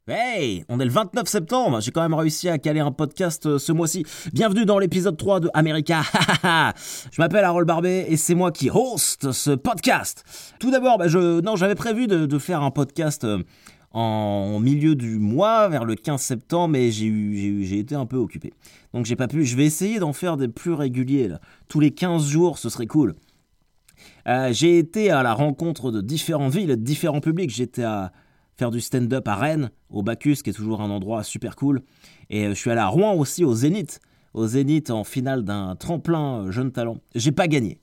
Hey, on est le 29 septembre, j'ai quand même réussi à caler un podcast ce mois-ci. Bienvenue dans l'épisode 3 de America. Je m'appelle Harold Barbet et c'est moi qui host ce podcast. Tout d'abord, j'avais prévu de faire un podcast en milieu du mois, vers le 15 septembre, mais j'ai été un peu occupé. Donc j'ai pas pu, je vais essayer d'en faire des plus réguliers, là. Tous les 15 jours, ce serait cool. J'ai été à la rencontre de différentes villes, de différents publics. J'étais à faire du stand-up à Rennes, au Bacchus, qui est toujours un endroit super cool. Et je suis allé à Rouen aussi, au Zénith en finale d'un tremplin jeune talent. J'ai pas gagné.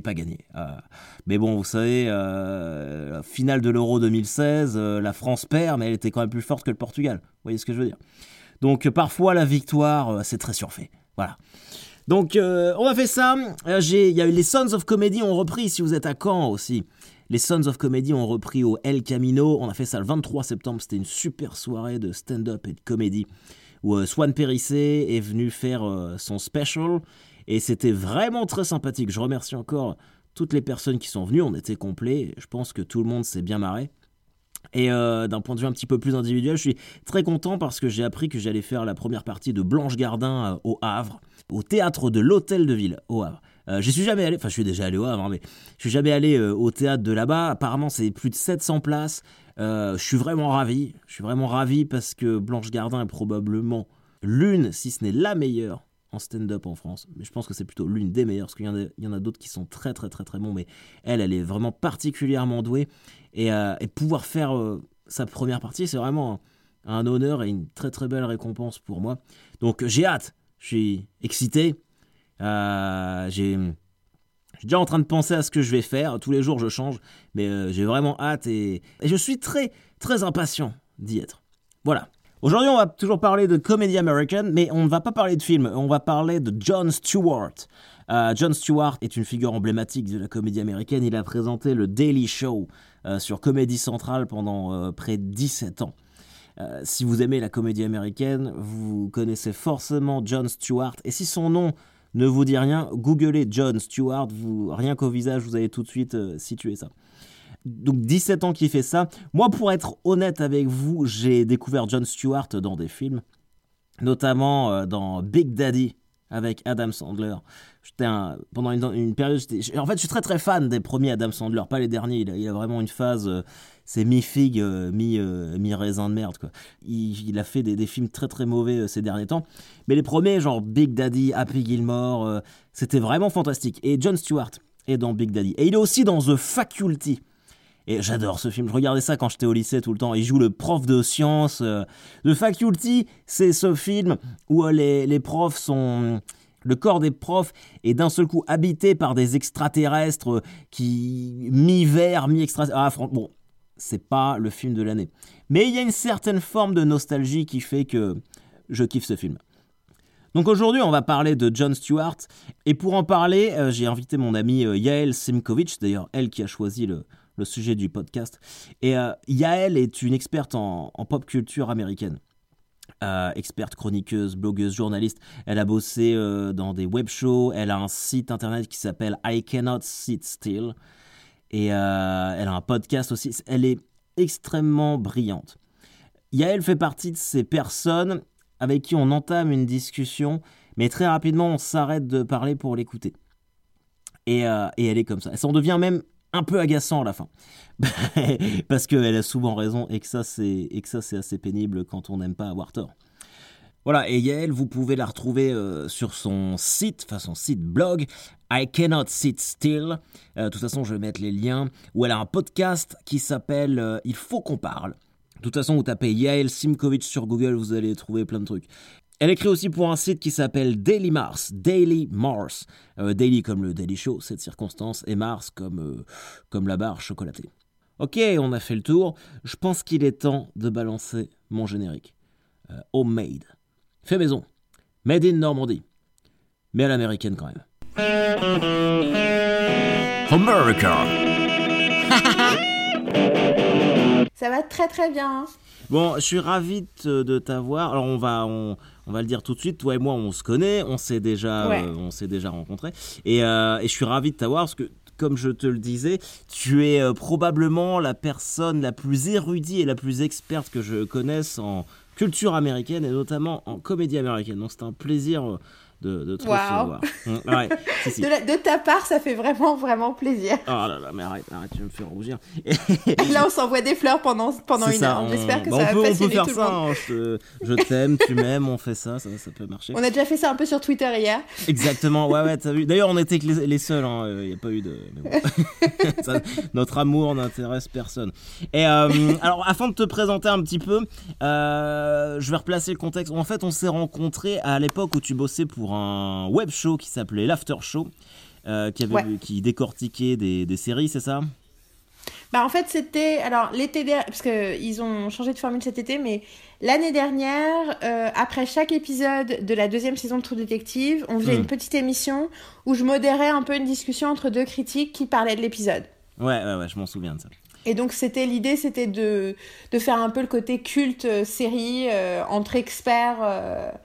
Mais bon, vous savez, la finale de l'Euro 2016, la France perd, mais elle était quand même plus forte que le Portugal. Vous voyez ce que je veux dire ? Donc parfois, la victoire, c'est très surfait. Voilà. Donc on a fait ça. Il y a eu les Sons of Comedy ont repris, si vous êtes à Caen aussi. Les Sons of Comedy ont repris au El Camino. On a fait ça le 23 septembre. C'était une super soirée de stand-up et de comédie où Swan Périssé est venu faire son special. Et c'était vraiment très sympathique. Je remercie encore toutes les personnes qui sont venues. On était complets. Je pense que tout le monde s'est bien marré. Et d'un point de vue un petit peu plus individuel, je suis très content parce que j'ai appris que j'allais faire la première partie de Blanche Gardin au Havre, au théâtre de l'Hôtel de Ville, au Havre. J'y suis jamais allé, enfin je suis déjà allé au Havre, mais je suis jamais allé au théâtre de là-bas. Apparemment c'est plus de 700 places. Je suis vraiment ravi parce que Blanche Gardin est probablement l'une, si ce n'est la meilleure en stand-up en France. Mais je pense que c'est plutôt l'une des meilleures, parce qu'il y en a d'autres qui sont très très très très bons, mais elle est vraiment particulièrement douée. Et pouvoir faire sa première partie, c'est vraiment un honneur et une très très belle récompense pour moi. Donc j'ai hâte, je suis excité. Je suis déjà en train de penser à ce que je vais faire. Tous les jours je change, mais j'ai vraiment hâte et je suis très très impatient d'y être. Voilà. Aujourd'hui on va toujours parler de comédie américaine, mais on ne va pas parler de film, on va parler de Jon Stewart. Jon Stewart est une figure emblématique de la comédie américaine. Il a présenté le Daily Show sur Comédie Centrale pendant près de 17 ans. Si vous aimez la comédie américaine, vous connaissez forcément Jon Stewart. Et si son nom ne vous dit rien, googlez Jon Stewart. Rien qu'au visage, vous allez tout de suite situer ça. Donc 17 ans qu'il fait ça. Moi, pour être honnête avec vous, j'ai découvert Jon Stewart dans des films, notamment dans Big Daddy avec Adam Sandler. Pendant une période, en fait, je suis très très fan des premiers Adam Sandler, pas les derniers. Il a vraiment une phase, c'est mi-figue, mi-raisin de merde, quoi. Il a fait des films très très mauvais ces derniers temps. Mais les premiers, genre Big Daddy, Happy Gilmore, c'était vraiment fantastique. Et Jon Stewart est dans Big Daddy. Et il est aussi dans The Faculty. Et j'adore ce film, je regardais ça quand j'étais au lycée tout le temps. Il joue le prof de sciences. The Faculty, c'est ce film où les profs sont... Le corps des profs est d'un seul coup habité par des extraterrestres qui mi-vert, mi-extra... bon, c'est pas le film de l'année. Mais il y a une certaine forme de nostalgie qui fait que je kiffe ce film. Donc aujourd'hui, on va parler de Jon Stewart. Et pour en parler, j'ai invité mon amie Yael Simkovich, d'ailleurs elle qui a choisi le sujet du podcast. Et Yael est une experte en pop culture américaine. Experte, chroniqueuse, blogueuse, journaliste. Elle a bossé dans des web shows. Elle a un site internet qui s'appelle I Cannot Sit Still. Et elle a un podcast aussi. Elle est extrêmement brillante. Yael fait partie de ces personnes avec qui on entame une discussion, mais très rapidement on s'arrête de parler pour l'écouter. Et elle est comme ça. Elle s'en devient même un peu agaçant à la fin. Parce qu'elle a souvent raison et que ça c'est assez pénible quand on n'aime pas avoir tort. Voilà, et Yael, vous pouvez la retrouver sur son site blog, I Cannot Sit Still. De toute façon, je vais mettre les liens. Où elle a un podcast qui s'appelle Il faut qu'on parle. De toute façon, vous tapez Yael Simkovich sur Google, vous allez trouver plein de trucs. Elle écrit aussi pour un site qui s'appelle Daily Mars. Daily comme le Daily Show, cette circonstance, et Mars comme la barre chocolatée. Ok, on a fait le tour. Je pense qu'il est temps de balancer mon générique. Homemade. Fait maison. Made in Normandie. Mais à l'américaine quand même. America. Ça va très très bien. Bon, je suis ravi de t'avoir. Alors on va le dire tout de suite. Toi et moi, on se connaît, on s'est déjà rencontrés. Et je suis ravi de t'avoir parce que comme je te le disais, tu es probablement la personne la plus érudite et la plus experte que je connaisse en culture américaine et notamment en comédie américaine. Donc c'est un plaisir de te recevoir. Ouais, si. De ta part, ça fait vraiment, vraiment plaisir. Oh là là, mais arrête, tu me fais rougir. Là, on s'envoie des fleurs pendant une heure. J'espère que ça va passionner tout le monde. On peut faire ça, hein, je t'aime, tu m'ames, on fait ça peut marcher. On a déjà fait ça un peu sur Twitter hier. Exactement, ouais, t'as vu. D'ailleurs, on était que les seuls, il n'y a pas eu de... Mais bon. Ça, notre amour n'intéresse personne. Et alors, afin de te présenter un petit peu, je vais replacer le contexte. En fait, on s'est rencontrés à l'époque où tu bossais pour un web show qui s'appelait l'After Show, qui décortiquait des séries, c'est ça ? En fait, c'était l'été dernier, parce qu'ils ont changé de formule cet été, mais l'année dernière, après chaque épisode de la 2e saison de True Detective, on faisait une petite émission où je modérais un peu une discussion entre 2 critiques qui parlaient de l'épisode. Ouais, je m'en souviens de ça. Et donc l'idée c'était de faire un peu le côté culte série entre experts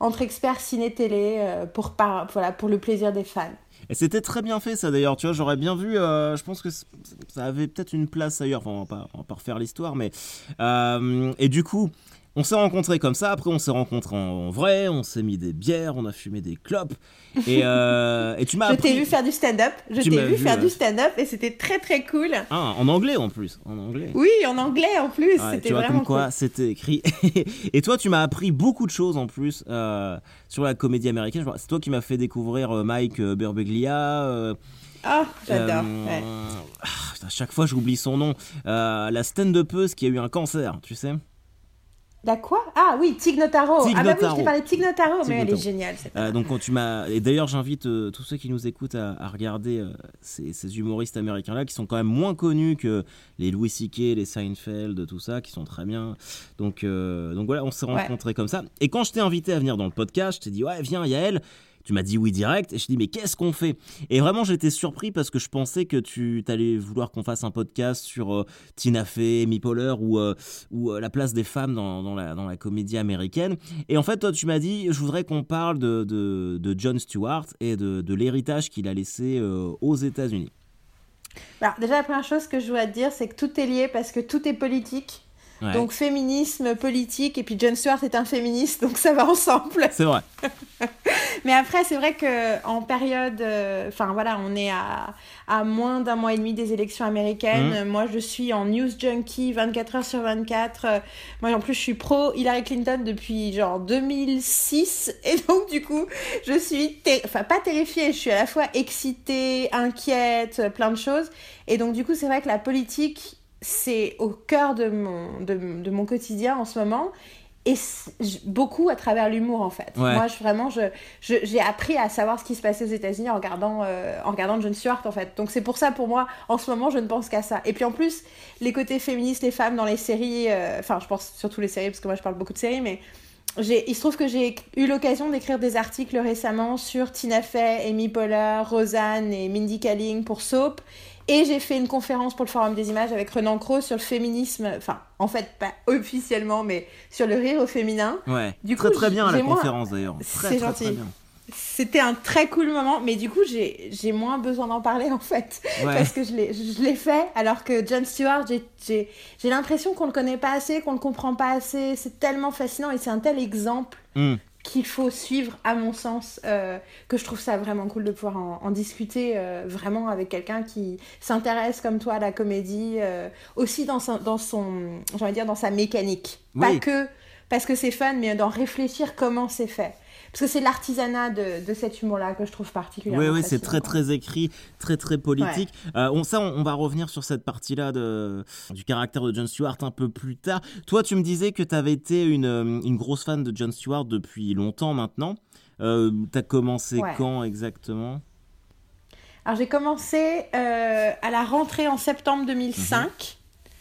ciné-télé pour le plaisir des fans. Et c'était très bien fait ça d'ailleurs, tu vois, j'aurais bien vu, je pense que ça avait peut-être une place ailleurs, enfin on va pas refaire l'histoire, mais et du coup, on s'est rencontrés comme ça, après on s'est rencontrés en vrai, on s'est mis des bières, on a fumé des clopes, et tu m'as appris... Je t'ai vu faire du stand-up, du stand-up, et c'était très très cool. Ah, en anglais en plus, Oui, en anglais en plus, ouais, c'était tu vois, vraiment comme quoi, cool. c'était écrit. Et toi, tu m'as appris beaucoup de choses en plus sur la comédie américaine. C'est toi qui m'as fait découvrir Mike Birbiglia. J'adore. Ouais. À chaque fois, j'oublie son nom. La stand-upeuse qui a eu un cancer, tu sais. La quoi ? Ah oui, Tig Notaro. Oui, je t'ai parlé de Tig Notaro, mais elle est géniale. Donc quand tu m'as... Et d'ailleurs, j'invite tous ceux qui nous écoutent à regarder ces humoristes américains-là, qui sont quand même moins connus que les Louis C.K., les Seinfeld, tout ça, qui sont très bien. Donc voilà, on s'est rencontrés comme ça. Et quand je t'ai invité à venir dans le podcast, je t'ai dit, ouais, viens, Yael. Tu m'as dit oui direct, et je dis mais qu'est-ce qu'on fait ? Et vraiment j'étais surpris parce que je pensais que tu allais vouloir qu'on fasse un podcast sur Tina Fey, Amy Poehler ou la place des femmes dans la comédie américaine. Et en fait toi tu m'as dit je voudrais qu'on parle de Jon Stewart et de l'héritage qu'il a laissé aux États-Unis. Alors déjà la première chose que je dois te dire c'est que tout est lié parce que tout est politique. Ouais. Donc féminisme, politique, et puis Jon Stewart est un féministe, donc ça va ensemble. C'est vrai. Mais après, c'est vrai qu'en période... on est à moins d'un mois et demi des élections américaines. Moi, je suis en news junkie 24 heures sur 24. Moi, en plus, je suis pro Hillary Clinton depuis genre 2006. Et donc, du coup, je suis... pas terrifiée, je suis à la fois excitée, inquiète, plein de choses. Et donc, du coup, c'est vrai que la politique... c'est au cœur de mon quotidien en ce moment et beaucoup à travers l'humour en fait. Ouais. Moi j'ai appris à savoir ce qui se passait aux États-Unis en regardant Jon Stewart en fait. Donc c'est pour ça pour moi en ce moment je ne pense qu'à ça. Et puis en plus les côtés féministes, les femmes dans les séries, je pense surtout les séries parce que moi je parle beaucoup de séries, mais il se trouve que j'ai eu l'occasion d'écrire des articles récemment sur Tina Fey, Amy Poehler, Roseanne et Mindy Kaling pour Soap. Et j'ai fait une conférence pour le Forum des Images avec Renan Crowe sur le féminisme, en fait pas officiellement, mais sur le rire au féminin. Ouais, du coup, très bien la conférence d'ailleurs. C'est gentil. Très bien. C'était un très cool moment, mais du coup j'ai moins besoin d'en parler en fait, parce que je l'ai fait, alors que Jon Stewart, j'ai l'impression qu'on le connaît pas assez, qu'on le comprend pas assez. C'est tellement fascinant et c'est un tel exemple. Qu'il faut suivre à mon sens, que je trouve ça vraiment cool de pouvoir en discuter vraiment avec quelqu'un qui s'intéresse comme toi à la comédie, aussi dans sa mécanique, pas que parce que c'est fun, mais d'en réfléchir comment c'est fait. Parce que c'est l'artisanat de cet humour-là que je trouve particulièrement fascinant. C'est très très écrit, très très politique. Ouais. On va revenir sur cette partie-là du caractère de Jon Stewart un peu plus tard. Toi, tu me disais que tu avais été une grosse fan de Jon Stewart depuis longtemps maintenant. T'as commencé quand exactement ? Alors j'ai commencé à la rentrée en septembre 2005.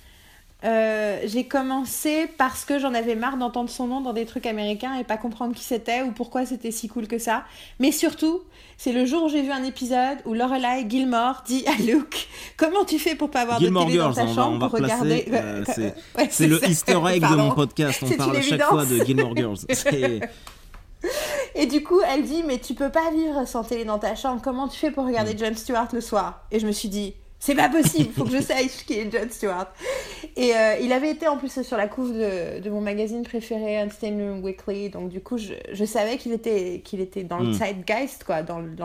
J'ai commencé parce que j'en avais marre d'entendre son nom dans des trucs américains et pas comprendre qui c'était ou pourquoi c'était si cool que ça. Mais surtout, c'est le jour où j'ai vu un épisode où Lorelai Gilmore dit à Luke « Comment tu fais pour pas avoir Gilmore de télé Girls, dans ta chambre pour regarder... » C'est le easter egg de mon podcast, on parle à chaque fois de Gilmore Girls. Et du coup, elle dit, mais tu peux pas vivre sans télé dans ta chambre. Comment tu fais pour regarder Jon Stewart le soir? Et je me suis dit, c'est pas possible, faut que je sache qui est Jon Stewart. Et il avait été en plus sur la couve de mon magazine préféré, Entertainment Weekly. Donc du coup, je savais qu'il était dans le zeitgeist, quoi,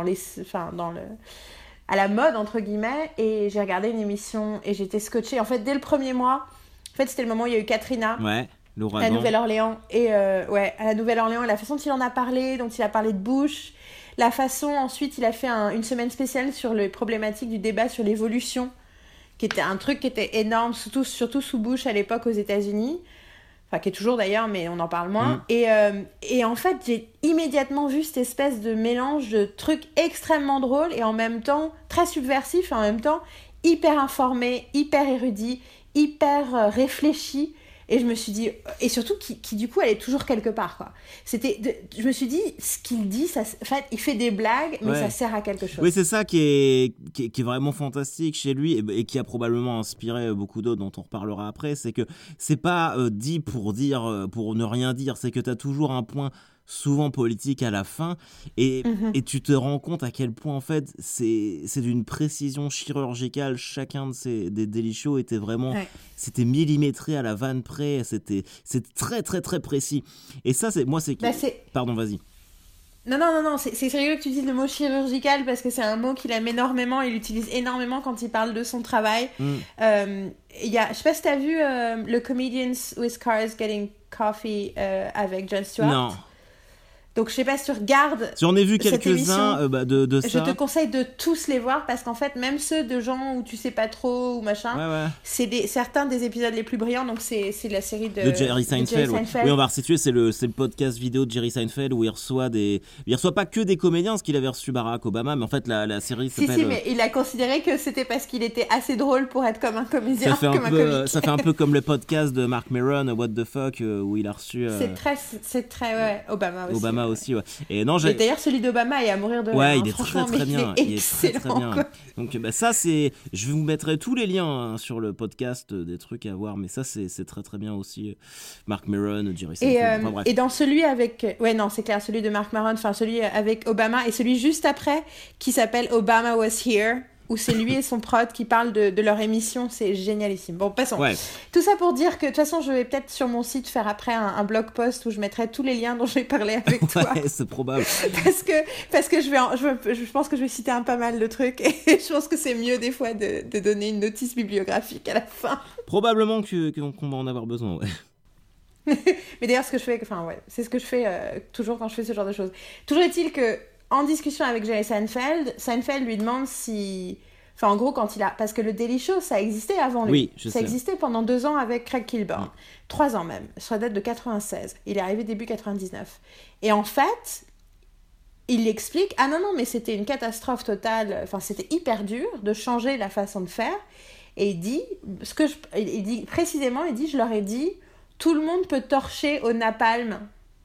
à la mode, entre guillemets. Et j'ai regardé une émission et j'étais scotchée. En fait, dès le premier mois, en fait, c'était le moment où il y a eu Katrina. Ouais. À la Nouvelle-Orléans. Et à la Nouvelle-Orléans, la façon dont il en a parlé, dont il a parlé de Bush, la façon, ensuite, il a fait une semaine spéciale sur les problématiques du débat sur l'évolution, qui était un truc qui était énorme, surtout sous Bush à l'époque aux États-Unis. Enfin, qui est toujours d'ailleurs, mais on en parle moins. Et en fait, j'ai immédiatement vu cette espèce de mélange de trucs extrêmement drôles et en même temps très subversifs, et en même temps hyper informés, hyper érudits, hyper réfléchis. Et je me suis dit, et surtout qui du coup elle est toujours quelque part, quoi. Je me suis dit, ce qu'il dit, en fait, il fait des blagues, mais ça sert à quelque chose. Oui, c'est ça qui est vraiment fantastique chez lui et qui a probablement inspiré beaucoup d'autres dont on reparlera après. C'est que c'est pas dit pour ne rien dire, c'est que t'as toujours un point souvent politique à la fin et tu te rends compte à quel point en fait c'est d'une précision chirurgicale. Chacun des Daily Show était vraiment c'était millimétré à la vanne près, c'est très très très précis et ça pardon, vas-y. Non, c'est rigolo que tu dises le mot chirurgical parce que c'est un mot qu'il aime énormément, il l'utilise énormément quand il parle de son travail. Je sais pas si t'as vu le Comedians with Cars Getting Coffee avec Jon Stewart. Non. Donc je sais pas si tu regardes. J'en ai vu quelques-uns de ça. Je te conseille de tous les voir parce qu'en fait même ceux de gens où tu sais pas trop ou machin, c'est certains des épisodes les plus brillants. Donc c'est la série de Jerry Seinfeld. Oui, on va resituer, c'est le podcast vidéo de Jerry Seinfeld où il reçoit pas que des comédiens, parce qu'il avait reçu Barack Obama, mais en fait la série s'appelle. Si, mais il a considéré que c'était parce qu'il était assez drôle pour être comme un comédien, ça fait un peu comme le podcast de Mark Maron, What the Fuck, où il a reçu. C'est très Obama aussi. Et non, et d'ailleurs celui d'Obama est à mourir de rire. Il est très bien. Il est très très bien. Donc ça je vous mettrai tous les liens sur le podcast des trucs à voir, mais ça c'est très très bien aussi. Mark Maron, Jerry Seinfeld. Et dans celui avec c'est clair, celui de Mark Maron, enfin celui avec Obama et celui juste après qui s'appelle Obama Was Here, où c'est lui et son prod qui parlent de leur émission, c'est génialissime. Bon, passons. Tout ça pour dire que de toute façon, je vais peut-être sur mon site faire après un blog post où je mettrai tous les liens dont j'ai parlé avec toi. C'est probable. parce que je pense que je vais citer un pas mal de trucs et je pense que c'est mieux des fois de donner une notice bibliographique à la fin. Probablement qu'on va en avoir besoin, Mais d'ailleurs, c'est ce que je fais toujours quand je fais ce genre de choses. Toujours est-il que en discussion avec Jerry Seinfeld lui demande si... Enfin, en gros, parce que le Daily Show, ça existait avant lui. Oui, je sais. Ça existait pendant 2 ans avec Craig Kilborn. 3 ans même. Ça date de 96. Il est arrivé début 99. Et en fait, il explique... Ah non, mais c'était une catastrophe totale. Enfin, c'était hyper dur de changer la façon de faire. Et il dit... je leur ai dit, tout le monde peut torcher au napalm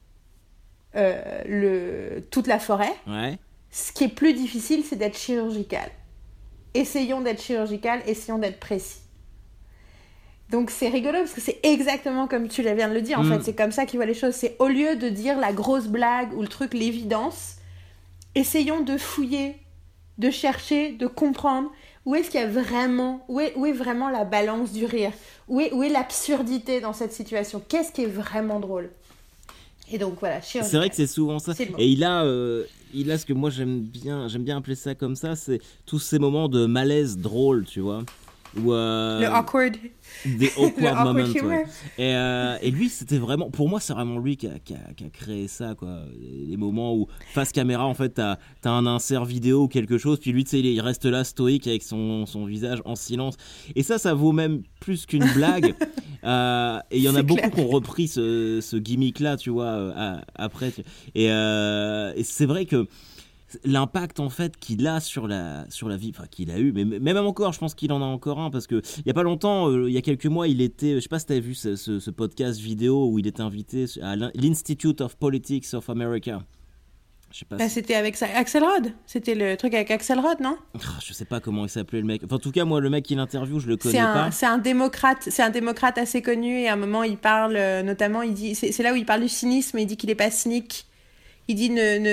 toute la forêt. Ce qui est plus difficile, c'est d'être chirurgical. Essayons d'être chirurgical, essayons d'être précis. Donc c'est rigolo parce que c'est exactement comme tu viens de le dire. En fait, c'est comme ça qu'il voit les choses. C'est au lieu de dire la grosse blague ou le truc, l'évidence, essayons de fouiller, de chercher, de comprendre où est-ce qu'il y a vraiment, où est vraiment la balance du rire, où est l'absurdité dans cette situation, qu'est-ce qui est vraiment drôle. Et donc voilà, c'est vrai que c'est souvent ça. Et il a ce que moi j'aime bien appeler ça comme ça, c'est tous ces moments de malaise drôle, tu vois. Le awkward. Des awkward moments. Humor. Et lui, c'était vraiment, pour moi, c'est vraiment lui qui a créé ça, quoi. Les moments où, face caméra, en fait, t'as un insert vidéo ou quelque chose, puis lui, tu sais, il reste là stoïque avec son visage en silence. Et ça vaut même plus qu'une blague. Et il y en a beaucoup qui ont repris ce gimmick-là, tu vois, après. Et c'est vrai que l'impact en fait qu'il a sur la vie, enfin qu'il a eu, mais même encore, je pense qu'il en a encore un, parce que il y a pas longtemps, il y a quelques mois, il était, je sais pas si t'avais vu ce podcast vidéo où il était invité à l'Institute of Politics of America. Je sais pas c'était avec Axel Rod. C'était le truc avec Axel Rod, non? Je sais pas comment il s'appelait le mec. Enfin, en tout cas, moi, le mec qui l'interviewe, je le connais pas. C'est un démocrate assez connu, et à un moment, il parle, notamment, il dit, c'est là où il parle du cynisme, et il dit qu'il est pas cynique. il dit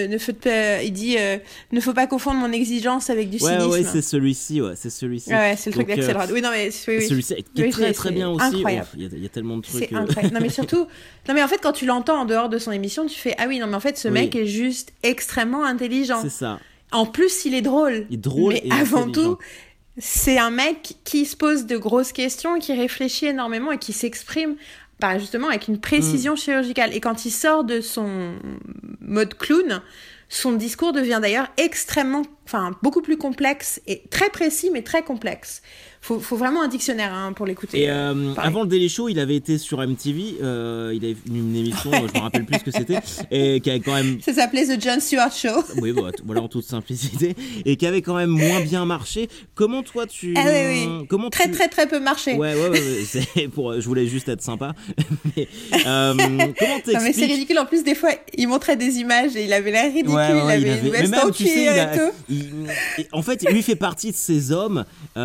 ne faut pas confondre mon exigence avec du cynisme. Ouais, c'est celui-ci. Ouais, c'est le truc d'Axelrod. Oui, non, mais celui-ci qui est très très bien aussi. Incroyable. Il y a tellement de trucs. C'est incroyable. Non, mais surtout, en fait, quand tu l'entends en dehors de son émission, tu fais ah oui, non, mais en fait, ce mec est juste extrêmement intelligent. C'est ça. En plus, il est drôle. Il est drôle mais et avant intelligent. tout, c'est un mec qui se pose de grosses questions, qui réfléchit énormément et qui s'exprime justement avec une précision chirurgicale. Et quand il sort de son mode clown, son discours devient d'ailleurs beaucoup plus complexe et très précis, mais très complexe. Faut vraiment un dictionnaire pour l'écouter. Et avant le Daily Show, il avait été sur MTV. Il avait une émission, je me rappelle plus ce que c'était, et qui avait quand même. Ça s'appelait The Jon Stewart Show. Oui, voilà en toute simplicité, et qui avait quand même moins bien marché. Comment toi tu Comment très peu marché. Ouais. Je voulais juste être sympa. Mais, comment t'expliques... Non, mais c'est ridicule. En plus, des fois, il montrait des images et il avait l'air ridicule. Il avait une veste en cuir et tout. En fait, lui fait partie de ces hommes.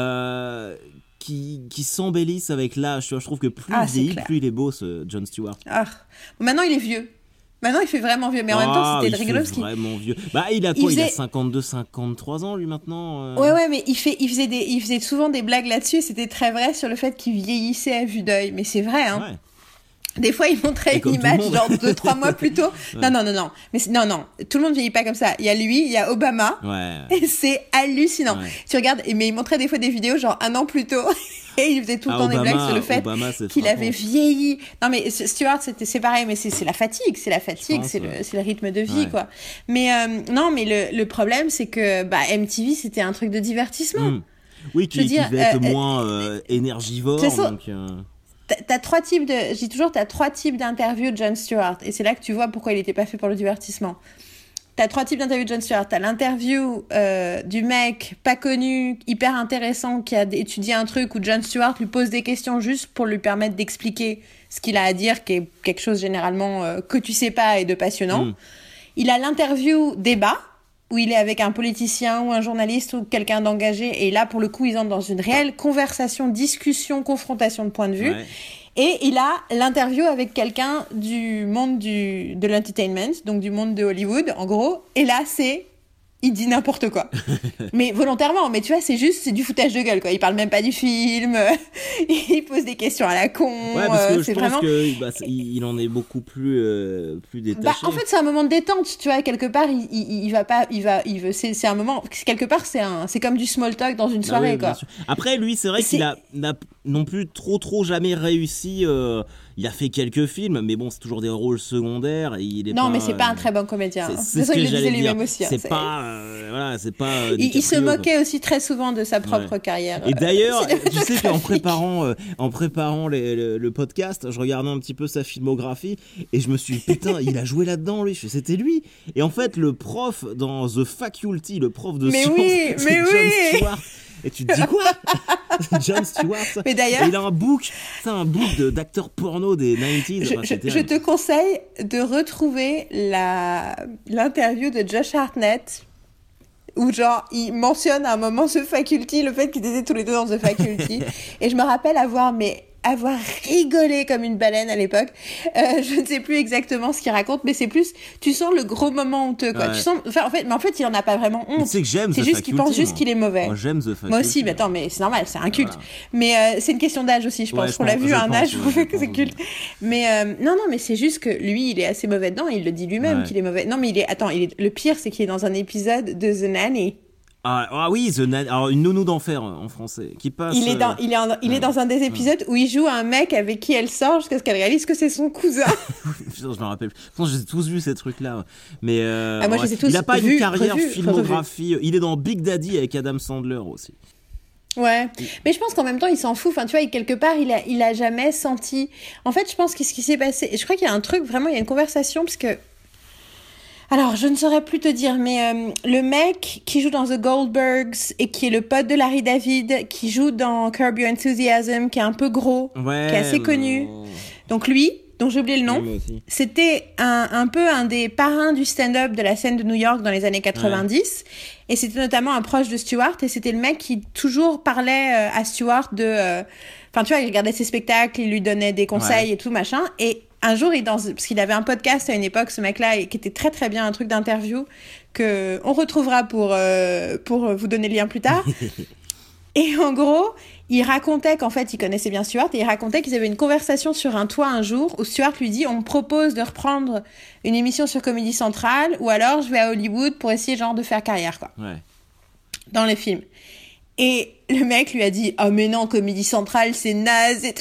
Qui s'embellissent avec l'âge. Je trouve que plus il vieillit, plus il est beau, ce Jon Stewart. Maintenant, il est vieux. Maintenant, il fait vraiment vieux. Mais en même temps, c'était rigolo. Il fait vraiment vieux. Il a quoi ? Il a 52, 53 ans, lui, maintenant Ouais, mais il faisait souvent des blagues là-dessus. C'était très vrai sur le fait qu'il vieillissait à vue d'œil. Mais c'est vrai, hein. Ouais. Des fois, il montrait une image, genre 2-3 mois plus tôt. Ouais. Non. Mais non. Tout le monde vieillit pas comme ça. Il y a lui, il y a Obama. Ouais. Et c'est hallucinant. Ouais. Tu regardes, mais il montrait des fois des vidéos, genre 1 an plus tôt. Et il faisait tout le temps des blagues sur le fait qu'il avait vieilli. Non, mais Stewart, c'est pareil, mais c'est la fatigue. C'est la fatigue, c'est le rythme de vie, quoi. Mais non, mais le problème, c'est que MTV, c'était un truc de divertissement. Oui, qui devait être moins énergivore. Donc, t'as 3 types je dis toujours, t'as 3 types d'interviews de Jon Stewart. Et c'est là que tu vois pourquoi il n'était pas fait pour le divertissement. T'as 3 types d'interviews de Jon Stewart. T'as l'interview du mec pas connu, hyper intéressant, qui a étudié un truc où Jon Stewart lui pose des questions juste pour lui permettre d'expliquer ce qu'il a à dire, qui est quelque chose généralement que tu sais pas et de passionnant. Il a l'interview débat, où il est avec un politicien ou un journaliste ou quelqu'un d'engagé, et là, pour le coup, ils entrent dans une réelle conversation, discussion, confrontation de points de vue. Ouais. Et il a l'interview avec quelqu'un du monde de l'entertainment, donc du monde de Hollywood, en gros, et là, il dit n'importe quoi. Mais volontairement, mais tu vois, c'est du foutage de gueule, quoi. Il parle même pas du film, il pose des questions à la con. Ouais, parce que je pense qu'il en est beaucoup plus détaché. En fait, c'est un moment de détente, tu vois, quelque part, c'est un moment, quelque part, c'est comme du small talk dans une soirée, quoi. Après, lui, c'est vrai qu'il n'a non plus trop jamais réussi. Il a fait quelques films, mais bon, c'est toujours des rôles secondaires. Et mais c'est pas un très bon comédien. C'est ce que il le j'allais disait lui-même aussi. C'est pas, c'est pas. Il se moquait aussi très souvent de sa propre carrière. Et d'ailleurs, tu sais qu'en préparant le podcast, je regardais un petit peu sa filmographie et je me suis dit, putain, il a joué là-dedans, lui. C'était lui. Et en fait, le prof dans The Faculty, le prof de sciences, c'est Jon Stewart. Et tu te dis quoi? Jon Stewart. Mais d'ailleurs, il a un book d'acteurs porno des 90s. Je te conseille de retrouver l'interview de Josh Hartnett, où genre il mentionne à un moment The Faculty, le fait qu'ils étaient tous les deux dans The Faculty. Et je me rappelle avoir rigolé comme une baleine à l'époque. Je ne sais plus exactement ce qu'il raconte, mais c'est plus, tu sens le gros moment honteux, quoi. Ouais. Tu sens, en fait, il en a pas vraiment honte. C'est que j'aime C'est juste qu'il pense juste qu'il est mauvais. Moi, j'aime The Faculty. Moi aussi, mais attends, mais c'est normal, c'est un culte. Voilà. Mais c'est une question d'âge aussi, je pense. On l'a vu à un âge où que c'est culte. Mais non, mais c'est juste que lui, il est assez mauvais dedans. Il le dit lui-même qu'il est mauvais. Non, mais le pire, c'est qu'il est dans un épisode de The Nanny. Ah oui, alors une nounou d'enfer en français qui passe. Il est dans un des épisodes où il joue à un mec avec qui elle sort jusqu'à ce qu'elle réalise que c'est son cousin. Putain, je me rappelle. J'ai tous vu ces trucs-là. Mais moi, je les ai tous il a pas une carrière filmographie. Il est dans Big Daddy avec Adam Sandler aussi. Ouais, mais je pense qu'en même temps il s'en fout. Enfin, tu vois, quelque part il a jamais senti. En fait, je pense que ce qui s'est passé, et je crois qu'il y a un truc vraiment, il y a une conversation parce que. Alors, je ne saurais plus te dire, mais le mec qui joue dans The Goldbergs et qui est le pote de Larry David, qui joue dans Curb Your Enthusiasm, qui est un peu gros, qui est assez connu. Donc lui, dont j'ai oublié le nom, c'était un peu un des parrains du stand-up de la scène de New York dans les années 90. Ouais. Et c'était notamment un proche de Stewart. Et c'était le mec qui toujours parlait à Stewart de... Enfin, tu vois, il regardait ses spectacles, il lui donnait des conseils et tout, machin. Et un jour, parce qu'il avait un podcast à une époque, ce mec-là, et qui était très très bien, un truc d'interview que on retrouvera pour vous donner le lien plus tard. Et en gros, il racontait qu'en fait, il connaissait bien Stewart, et il racontait qu'ils avaient une conversation sur un toit un jour où Stewart lui dit « On me propose de reprendre une émission sur Comedy Central, ou alors je vais à Hollywood pour essayer genre de faire carrière, quoi. » Ouais. Dans les films. Et le mec lui a dit « Oh mais non, Comedy Central, c'est naze et tout. »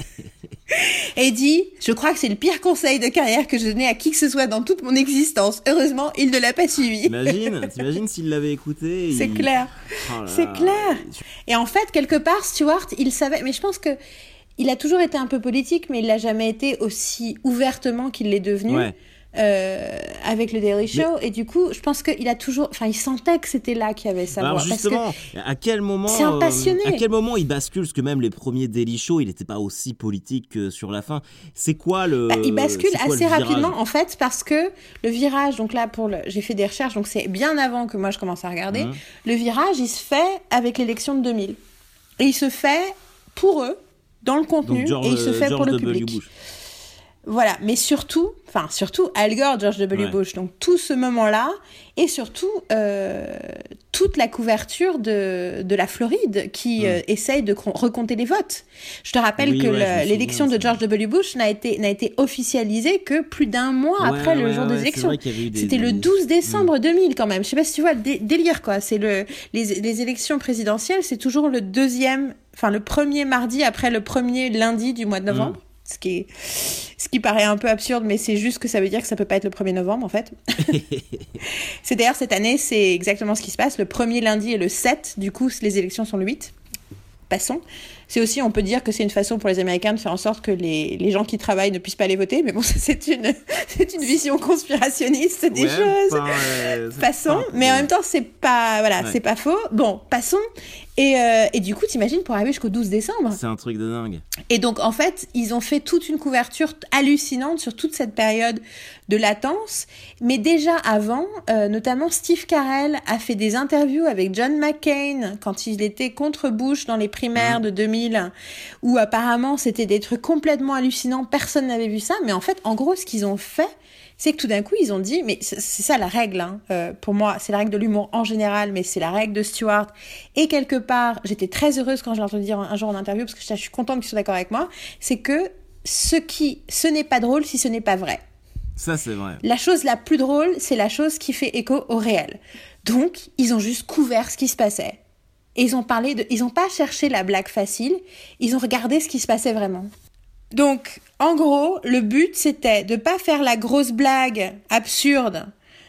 Et il dit « Je crois que c'est le pire conseil de carrière que je donnais à qui que ce soit dans toute mon existence. Heureusement, il ne l'a pas suivi. » T'imagines s'il l'avait écouté. C'est clair. Oh c'est clair. Et en fait, quelque part, Stewart, il savait... Mais je pense que il a toujours été un peu politique, mais il l'a jamais été aussi ouvertement qu'il l'est devenu. Ouais. Avec le Daily Show, et du coup je pense qu'il a toujours, enfin il sentait que c'était là qu'il y avait sa voix. Alors justement, à quel moment c'est un passionné. À quel moment il bascule, parce que même les premiers Daily Show il n'était pas aussi politique que sur la fin. C'est quoi le il bascule assez rapidement en fait, parce que le virage, donc là j'ai fait des recherches, donc c'est bien avant que moi je commence à regarder. Le virage il se fait avec l'élection de 2000 et il se fait pour eux dans le contenu, et il se fait pour le public. Bush. Voilà, mais surtout Al Gore, George W. Bush, donc tout ce moment-là, et surtout toute la couverture de la Floride qui essaye de recompter les votes. Je te rappelle que l'élection de George W. Bush n'a été officialisée que plus d'un mois après le jour des élections. C'était le 12 décembre 2000 quand même. Je sais pas si tu vois le délire, quoi. C'est les élections présidentielles, c'est toujours le premier mardi après le premier lundi du mois de novembre. Ce qui paraît un peu absurde, mais c'est juste que ça veut dire que ça peut pas être le 1er novembre, en fait. C'est d'ailleurs, cette année, c'est exactement ce qui se passe. Le premier lundi est le 7, du coup, les élections sont le 8. Passons. C'est aussi, on peut dire que c'est une façon pour les Américains de faire en sorte que les gens qui travaillent ne puissent pas aller voter, mais bon, ça, c'est une vision conspirationniste des choses. Passons. Mais en même temps, c'est pas faux. Bon, passons. Et du coup, t'imagines, pour arriver jusqu'au 12 décembre. C'est un truc de dingue. Et donc, en fait, ils ont fait toute une couverture hallucinante sur toute cette période de latence. Mais déjà avant, notamment Steve Carell a fait des interviews avec John McCain quand il était contre Bush dans les primaires de 2000, où apparemment c'était des trucs complètement hallucinants, personne n'avait vu ça. Mais en fait, en gros, ce qu'ils ont fait, c'est que tout d'un coup, ils ont dit, mais c'est ça la règle, hein. Pour moi, c'est la règle de l'humour en général, mais c'est la règle de Stewart. Et quelque part, j'étais très heureuse quand je l'ai entendu dire un jour en interview, parce que je suis contente qu'ils soient d'accord avec moi, c'est que ce n'est pas drôle si ce n'est pas vrai. Ça, c'est vrai. La chose la plus drôle, c'est la chose qui fait écho au réel. Donc, ils ont juste couvert ce qui se passait. Et ils ont pas cherché la blague facile, ils ont regardé ce qui se passait vraiment. Donc, en gros, le but, c'était de pas faire la grosse blague absurde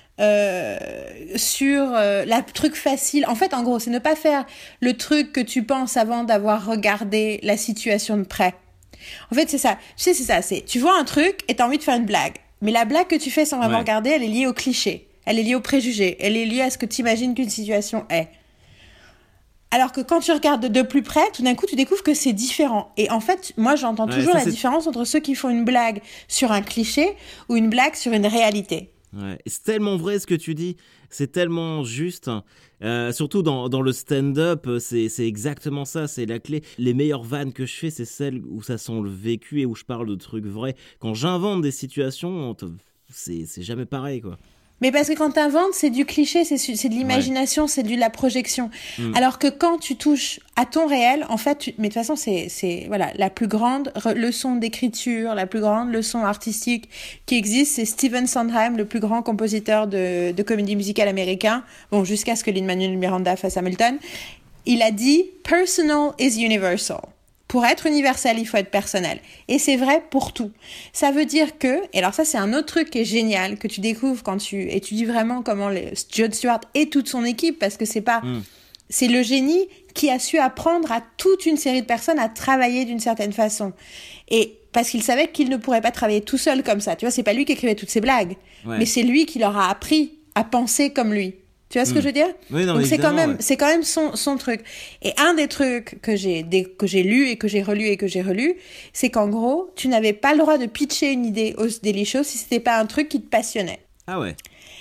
sur la truc facile. En fait, en gros, c'est ne pas faire le truc que tu penses avant d'avoir regardé la situation de près. En fait, c'est ça. Tu sais, c'est ça. Tu vois un truc et t'as envie de faire une blague. Mais la blague que tu fais sans vraiment regarder, elle est liée au cliché. Elle est liée au préjugé. Elle est liée à ce que tu imagines qu'une situation est. Alors que quand tu regardes de plus près, tout d'un coup, tu découvres que c'est différent. Et en fait, moi, j'entends toujours la différence entre ceux qui font une blague sur un cliché ou une blague sur une réalité. Ouais. C'est tellement vrai ce que tu dis. C'est tellement juste. Surtout dans le stand-up, c'est exactement ça. C'est la clé. Les meilleures vannes que je fais, c'est celles où ça sent le vécu et où je parle de trucs vrais. Quand j'invente des situations, c'est jamais pareil, quoi. Mais parce que quand t'inventes, c'est du cliché, c'est de l'imagination, c'est de la projection. Alors que quand tu touches à ton réel, en fait, mais de toute façon, c'est la plus grande leçon d'écriture, la plus grande leçon artistique qui existe, c'est Stephen Sondheim, le plus grand compositeur de comédie musicale américain. Bon, jusqu'à ce que Lin-Manuel Miranda fasse Hamilton. Il a dit « Personal is universal ». Pour être universel, il faut être personnel. Et c'est vrai pour tout. Ça veut dire que, et alors ça c'est un autre truc qui est génial, que tu découvres quand tu étudies vraiment comment Jon Stewart et toute son équipe, parce que c'est le génie qui a su apprendre à toute une série de personnes à travailler d'une certaine façon. Et parce qu'il savait qu'il ne pourrait pas travailler tout seul comme ça. Tu vois, c'est pas lui qui écrivait toutes ces blagues, mais c'est lui qui leur a appris à penser comme lui. Tu vois ce que je veux dire? Oui, non, donc c'est quand même son truc. Et un des trucs que j'ai lu et que j'ai relu et que j'ai relu, c'est qu'en gros, tu n'avais pas le droit de pitcher une idée au Daily Show si c'était pas un truc qui te passionnait. Ah ouais.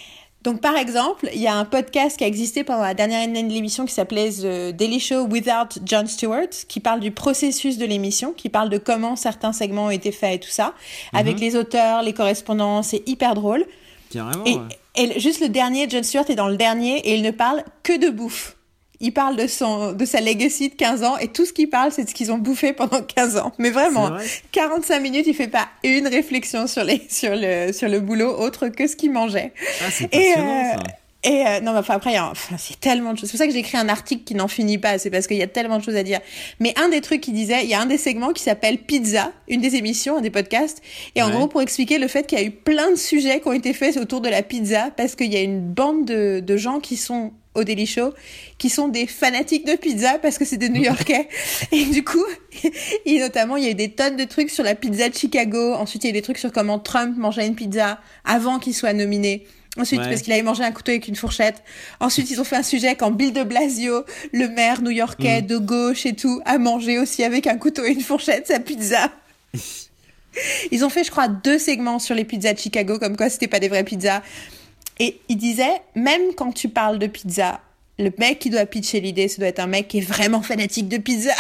Donc, par exemple, il y a un podcast qui a existé pendant la dernière année de l'émission qui s'appelait The Daily Show Without Jon Stewart, qui parle du processus de l'émission, qui parle de comment certains segments ont été faits et tout ça, avec les auteurs, les correspondants, c'est hyper drôle. Carrément, et juste le dernier, Jon Stewart est dans le dernier et il ne parle que de bouffe. Il parle de sa legacy de 15 ans et tout ce qu'il parle, c'est de ce qu'ils ont bouffé pendant 15 ans. Mais vraiment, 45 minutes, il fait pas une réflexion sur le boulot autre que ce qu'il mangeait. Ah, c'est passionnant, ça. Non, mais enfin, après, c'est tellement de choses. C'est pour ça que j'ai écrit un article qui n'en finit pas. C'est parce qu'il y a tellement de choses à dire. Mais un des trucs qu'il disait, il y a un des segments qui s'appelle Pizza, une des émissions, un des podcasts. Et en gros, pour expliquer le fait qu'il y a eu plein de sujets qui ont été faits autour de la pizza, parce qu'il y a une bande de gens qui sont au Daily Show, qui sont des fanatiques de pizza parce que c'est des New-Yorkais. Et du coup, notamment, il y a eu des tonnes de trucs sur la pizza de Chicago. Ensuite, il y a eu des trucs sur comment Trump mangeait une pizza avant qu'il soit nominé. Ensuite, parce qu'il avait mangé un couteau avec une fourchette. Ensuite, ils ont fait un sujet quand Bill de Blasio, le maire new-yorkais de gauche et tout, a mangé aussi avec un couteau et une fourchette sa pizza. Ils ont fait, je crois, 2 segments sur les pizzas de Chicago, comme quoi c'était pas des vraies pizzas. Et ils disaient, même quand tu parles de pizza, le mec qui doit pitcher l'idée, ça doit être un mec qui est vraiment fanatique de pizza.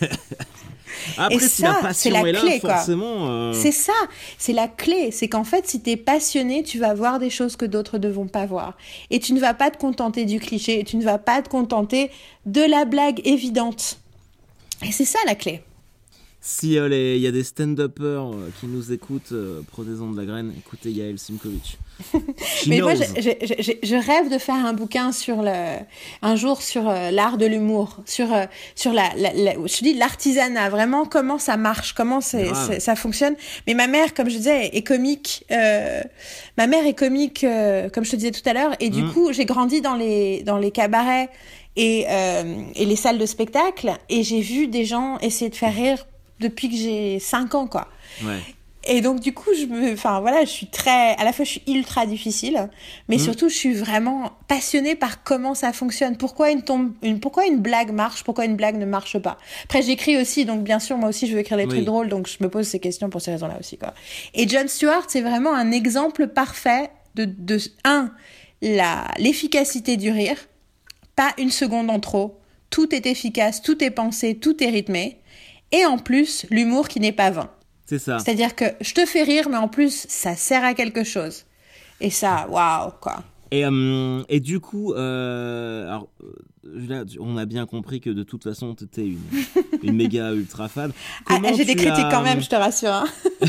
Après, si la passion est là, forcément... C'est ça, c'est la clé. C'est qu'en fait, si t'es passionné, tu vas voir des choses que d'autres ne vont pas voir. Et tu ne vas pas te contenter du cliché, et tu ne vas pas te contenter de la blague évidente. Et c'est ça la clé. Si il y a des stand-uppers qui nous écoutent, prenez-en de la graine, écoutez Yael Simkovitch. Mais moi, je rêve de faire un bouquin un jour sur l'art de l'humour, sur je dis l'artisanat, vraiment comment ça marche, comment ça fonctionne. Mais ma mère, comme je disais, est comique. Ma mère est comique, comme je te disais tout à l'heure, et du coup, j'ai grandi dans les cabarets et les salles de spectacle, et j'ai vu des gens essayer de faire rire depuis que j'ai 5 ans, quoi. Ouais. Et donc, du coup, je suis à la fois, je suis ultra difficile, mais surtout, je suis vraiment passionnée par comment ça fonctionne. Pourquoi une blague marche, pourquoi une blague ne marche pas. Après, j'écris aussi, donc bien sûr, moi aussi, je veux écrire des trucs drôles, donc je me pose ces questions pour ces raisons-là aussi, quoi. Et Jon Stewart, c'est vraiment un exemple parfait de l'efficacité du rire. Pas une seconde en trop. Tout est efficace, tout est pensé, tout est rythmé. Et en plus, l'humour qui n'est pas vain. C'est ça. C'est-à-dire que je te fais rire, mais en plus, ça sert à quelque chose. Et ça, waouh, quoi. Et du coup, alors, là, on a bien compris que de toute façon, tu étais une méga ultra fan. J'ai des critiques quand même, je te rassure. Hein.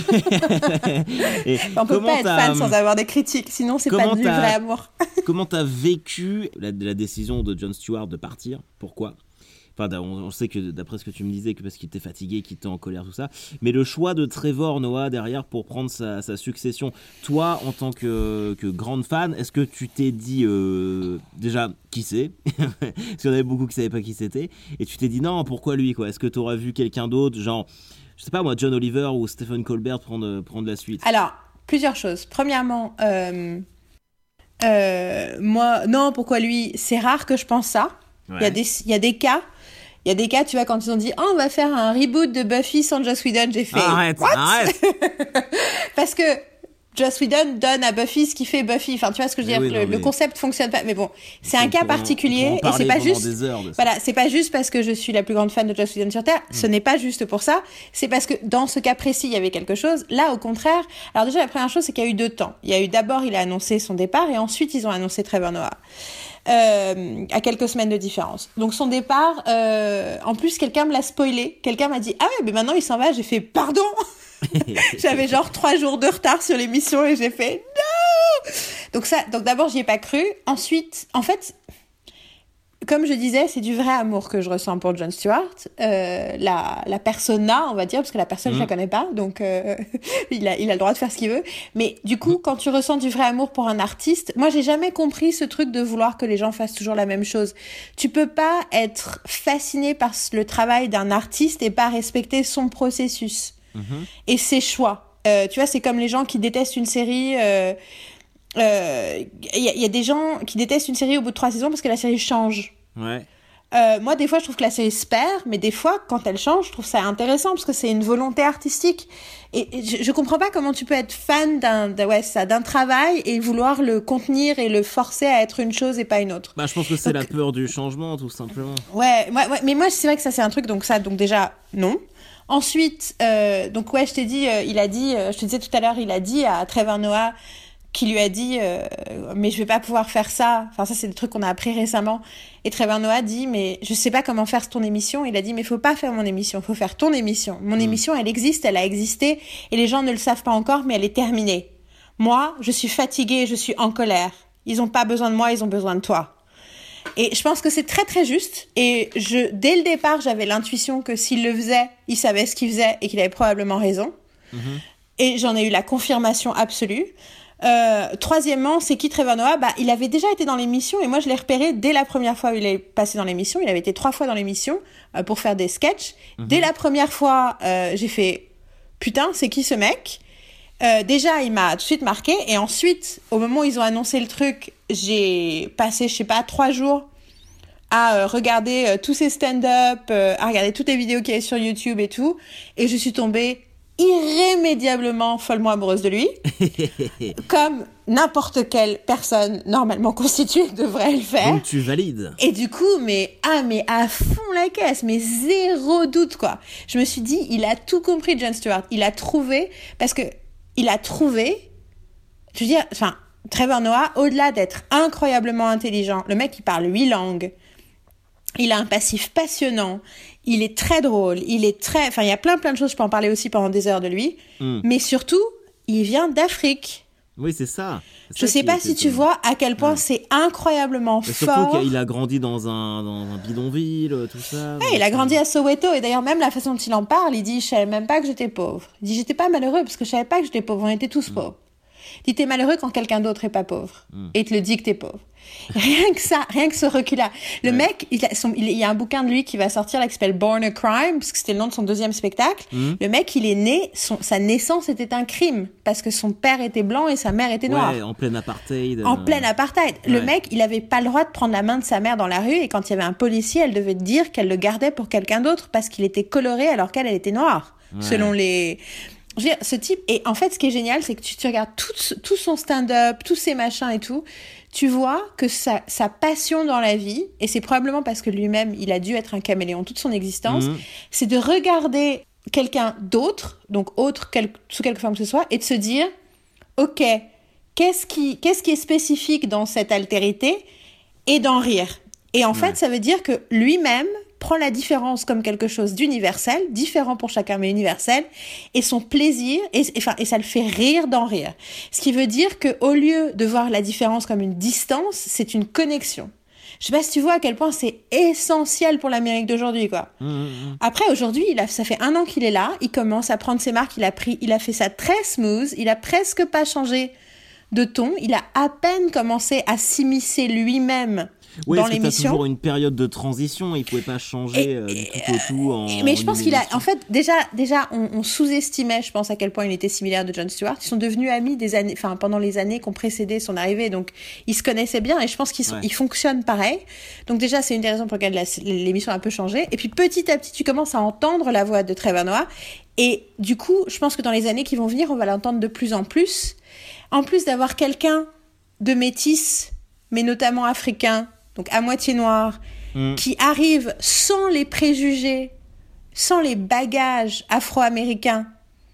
On peut pas être fan sans avoir des critiques, sinon c'est pas du vrai amour. Comment t'as vécu la décision de Jon Stewart de partir ? Pourquoi ? Enfin, on sait que d'après ce que tu me disais, que parce qu'il était fatigué, qu'il était en colère, tout ça. Mais le choix de Trevor Noah derrière pour prendre sa succession, toi, en tant que grande fan, est-ce que tu t'es dit déjà qui c'est ? Parce qu'il y en avait beaucoup qui ne savaient pas qui c'était. Et tu t'es dit non, pourquoi lui, quoi ? Est-ce que tu aurais vu quelqu'un d'autre, genre, je sais pas moi, John Oliver ou Stephen Colbert prendre la suite ? Alors, plusieurs choses. Premièrement, moi, non, pourquoi lui ? C'est rare que je pense ça. Ouais. Il y a des cas. Il y a des cas, tu vois, quand ils ont dit « Oh, on va faire un reboot de Buffy sans Joss Whedon », j'ai fait « Arrête. Parce que Joss Whedon donne à Buffy ce qui fait Buffy. Enfin, tu vois ce que je veux dire, le concept fonctionne pas. Mais bon, c'est un cas particulier et c'est pas juste. Voilà, c'est pas juste parce que je suis la plus grande fan de Joss Whedon sur Terre. Ce n'est pas juste pour ça. C'est parce que dans ce cas précis, il y avait quelque chose. Là, au contraire. Alors déjà, la première chose, c'est qu'il y a eu 2 temps. Il y a eu d'abord, il a annoncé son départ et ensuite, ils ont annoncé Trevor Noah. À quelques semaines de différence. Donc son départ, en plus quelqu'un me l'a spoilé. Quelqu'un m'a dit « Ah ouais, mais maintenant il s'en va ». J'ai fait « Pardon ?» J'avais genre 3 jours de retard sur l'émission et j'ai fait « Non !» Donc d'abord j'y ai pas cru. Ensuite, en fait, comme je disais, c'est du vrai amour que je ressens pour Jon Stewart. La persona, on va dire, parce que la personne, je la connais pas, donc il a le droit de faire ce qu'il veut. Mais du coup, quand tu ressens du vrai amour pour un artiste, moi, j'ai jamais compris ce truc de vouloir que les gens fassent toujours la même chose. Tu peux pas être fasciné par le travail d'un artiste et pas respecter son processus et ses choix. Tu vois, c'est comme les gens qui détestent une série... y a des gens qui détestent une série au bout de 3 saisons parce que la série change. Ouais. Moi, des fois, je trouve que la série se perd, mais des fois, quand elle change, je trouve ça intéressant parce que c'est une volonté artistique. Et je comprends pas comment tu peux être fan d'un travail et vouloir le contenir et le forcer à être une chose et pas une autre. Je pense que c'est la peur du changement, tout simplement. Ouais, mais moi, c'est vrai que ça, c'est un truc, donc déjà, non. Ensuite, je t'ai dit, je te disais tout à l'heure, il a dit à Trevor Noah, qui lui a dit mais je vais pas pouvoir faire ça. Enfin, ça, c'est des trucs qu'on a appris récemment. Et Trevor Noah dit mais je sais pas comment faire ton émission. Il a dit mais faut pas faire mon émission, faut faire ton émission. Mon émission, elle existe, elle a existé et les gens ne le savent pas encore, mais elle est terminée. Moi, je suis fatiguée, je suis en colère. Ils ont pas besoin de moi, ils ont besoin de toi. Et je pense que c'est très très juste. Et dès le départ, j'avais l'intuition que s'il le faisait, il savait ce qu'il faisait et qu'il avait probablement raison. Et j'en ai eu la confirmation absolue. Troisièmement, c'est qui Trevor Noah? Il avait déjà été dans l'émission et moi je l'ai repéré dès la première fois où il est passé dans l'émission. Il avait été 3 fois dans l'émission pour faire des sketchs. Dès la première fois, j'ai fait putain, c'est qui ce mec? Déjà, il m'a tout de suite marqué. Et ensuite, au moment où ils ont annoncé le truc, j'ai passé, 3 jours à regarder tous ses stand-up, à regarder toutes les vidéos qu'il y avait sur YouTube et tout. Et je suis tombée irrémédiablement follement amoureuse de lui, comme n'importe quelle personne normalement constituée devrait le faire. Donc tu valides. Et du coup, mais à fond la caisse, mais zéro doute, quoi. Je me suis dit, il a tout compris, Jon Stewart. Je veux dire, Trevor Noah, au-delà d'être incroyablement intelligent, le mec, il parle 8 langues. Il a un passif passionnant. Il est très drôle. Il y a plein de choses. Je peux en parler aussi pendant des heures de lui. Mais surtout, il vient d'Afrique. Oui, c'est ça. Je sais pas si tu vois à quel point c'est incroyablement fort. Surtout qu'il a grandi dans un bidonville, tout ça. Ouais, il a grandi à Soweto. Et d'ailleurs, même la façon dont il en parle, il dit, je savais même pas que j'étais pauvre. Il dit, j'étais pas malheureux parce que je savais pas que j'étais pauvre. On était tous pauvres. Il dit, t'es malheureux quand quelqu'un d'autre est pas pauvre. Et il te le dit que t'es pauvre. Rien que ce recul-là. Le mec, il y a un bouquin de lui qui va sortir là qui s'appelle Born a Crime, parce que c'était le nom de son 2e spectacle. Le mec, il est né, sa naissance était un crime, parce que son père était blanc et sa mère était noire. Ouais, en plein apartheid. Le mec, il avait pas le droit de prendre la main de sa mère dans la rue, et quand il y avait un policier, elle devait dire qu'elle le gardait pour quelqu'un d'autre, parce qu'il était coloré alors qu'elle était noire. Selon les... Je veux dire, ce type, et en fait, ce qui est génial, c'est que tu regardes tout son stand-up, tous ses machins et tout, tu vois que sa passion dans la vie, et c'est probablement parce que lui-même, il a dû être un caméléon toute son existence, c'est de regarder quelqu'un d'autre, donc autre, sous quelque forme que ce soit, et de se dire, ok, qu'est-ce qui est spécifique dans cette altérité, et d'en rire. Et en fait, ça veut dire que lui-même prend la différence comme quelque chose d'universel, différent pour chacun mais universel, et son plaisir, et ça le fait rire d'en rire. Ce qui veut dire qu'au lieu de voir la différence comme une distance, c'est une connexion. Je sais pas si tu vois à quel point c'est essentiel pour l'Amérique d'aujourd'hui, quoi. Après, aujourd'hui, ça fait 1 an qu'il est là, il commence à prendre ses marques, il a fait ça très smooth, il a presque pas changé de ton, il a à peine commencé à s'immiscer lui-même dans l'émission. T'as toujours une période de transition, il pouvait pas changer du tout au tout. Mais je pense qu'il a, en fait, déjà, on sous-estimait, je pense, à quel point il était similaire de Jon Stewart. Ils sont devenus amis pendant les années qui ont précédé son arrivée, donc ils se connaissaient bien et je pense ils fonctionnent pareil. Donc déjà, c'est une des raisons pour lesquelles l'émission a un peu changé. Et puis petit à petit, tu commences à entendre la voix de Trevor Noah et du coup, je pense que dans les années qui vont venir, on va l'entendre de plus en plus. En plus d'avoir quelqu'un de métis, mais notamment africain, donc à moitié noir, qui arrive sans les préjugés, sans les bagages afro-américains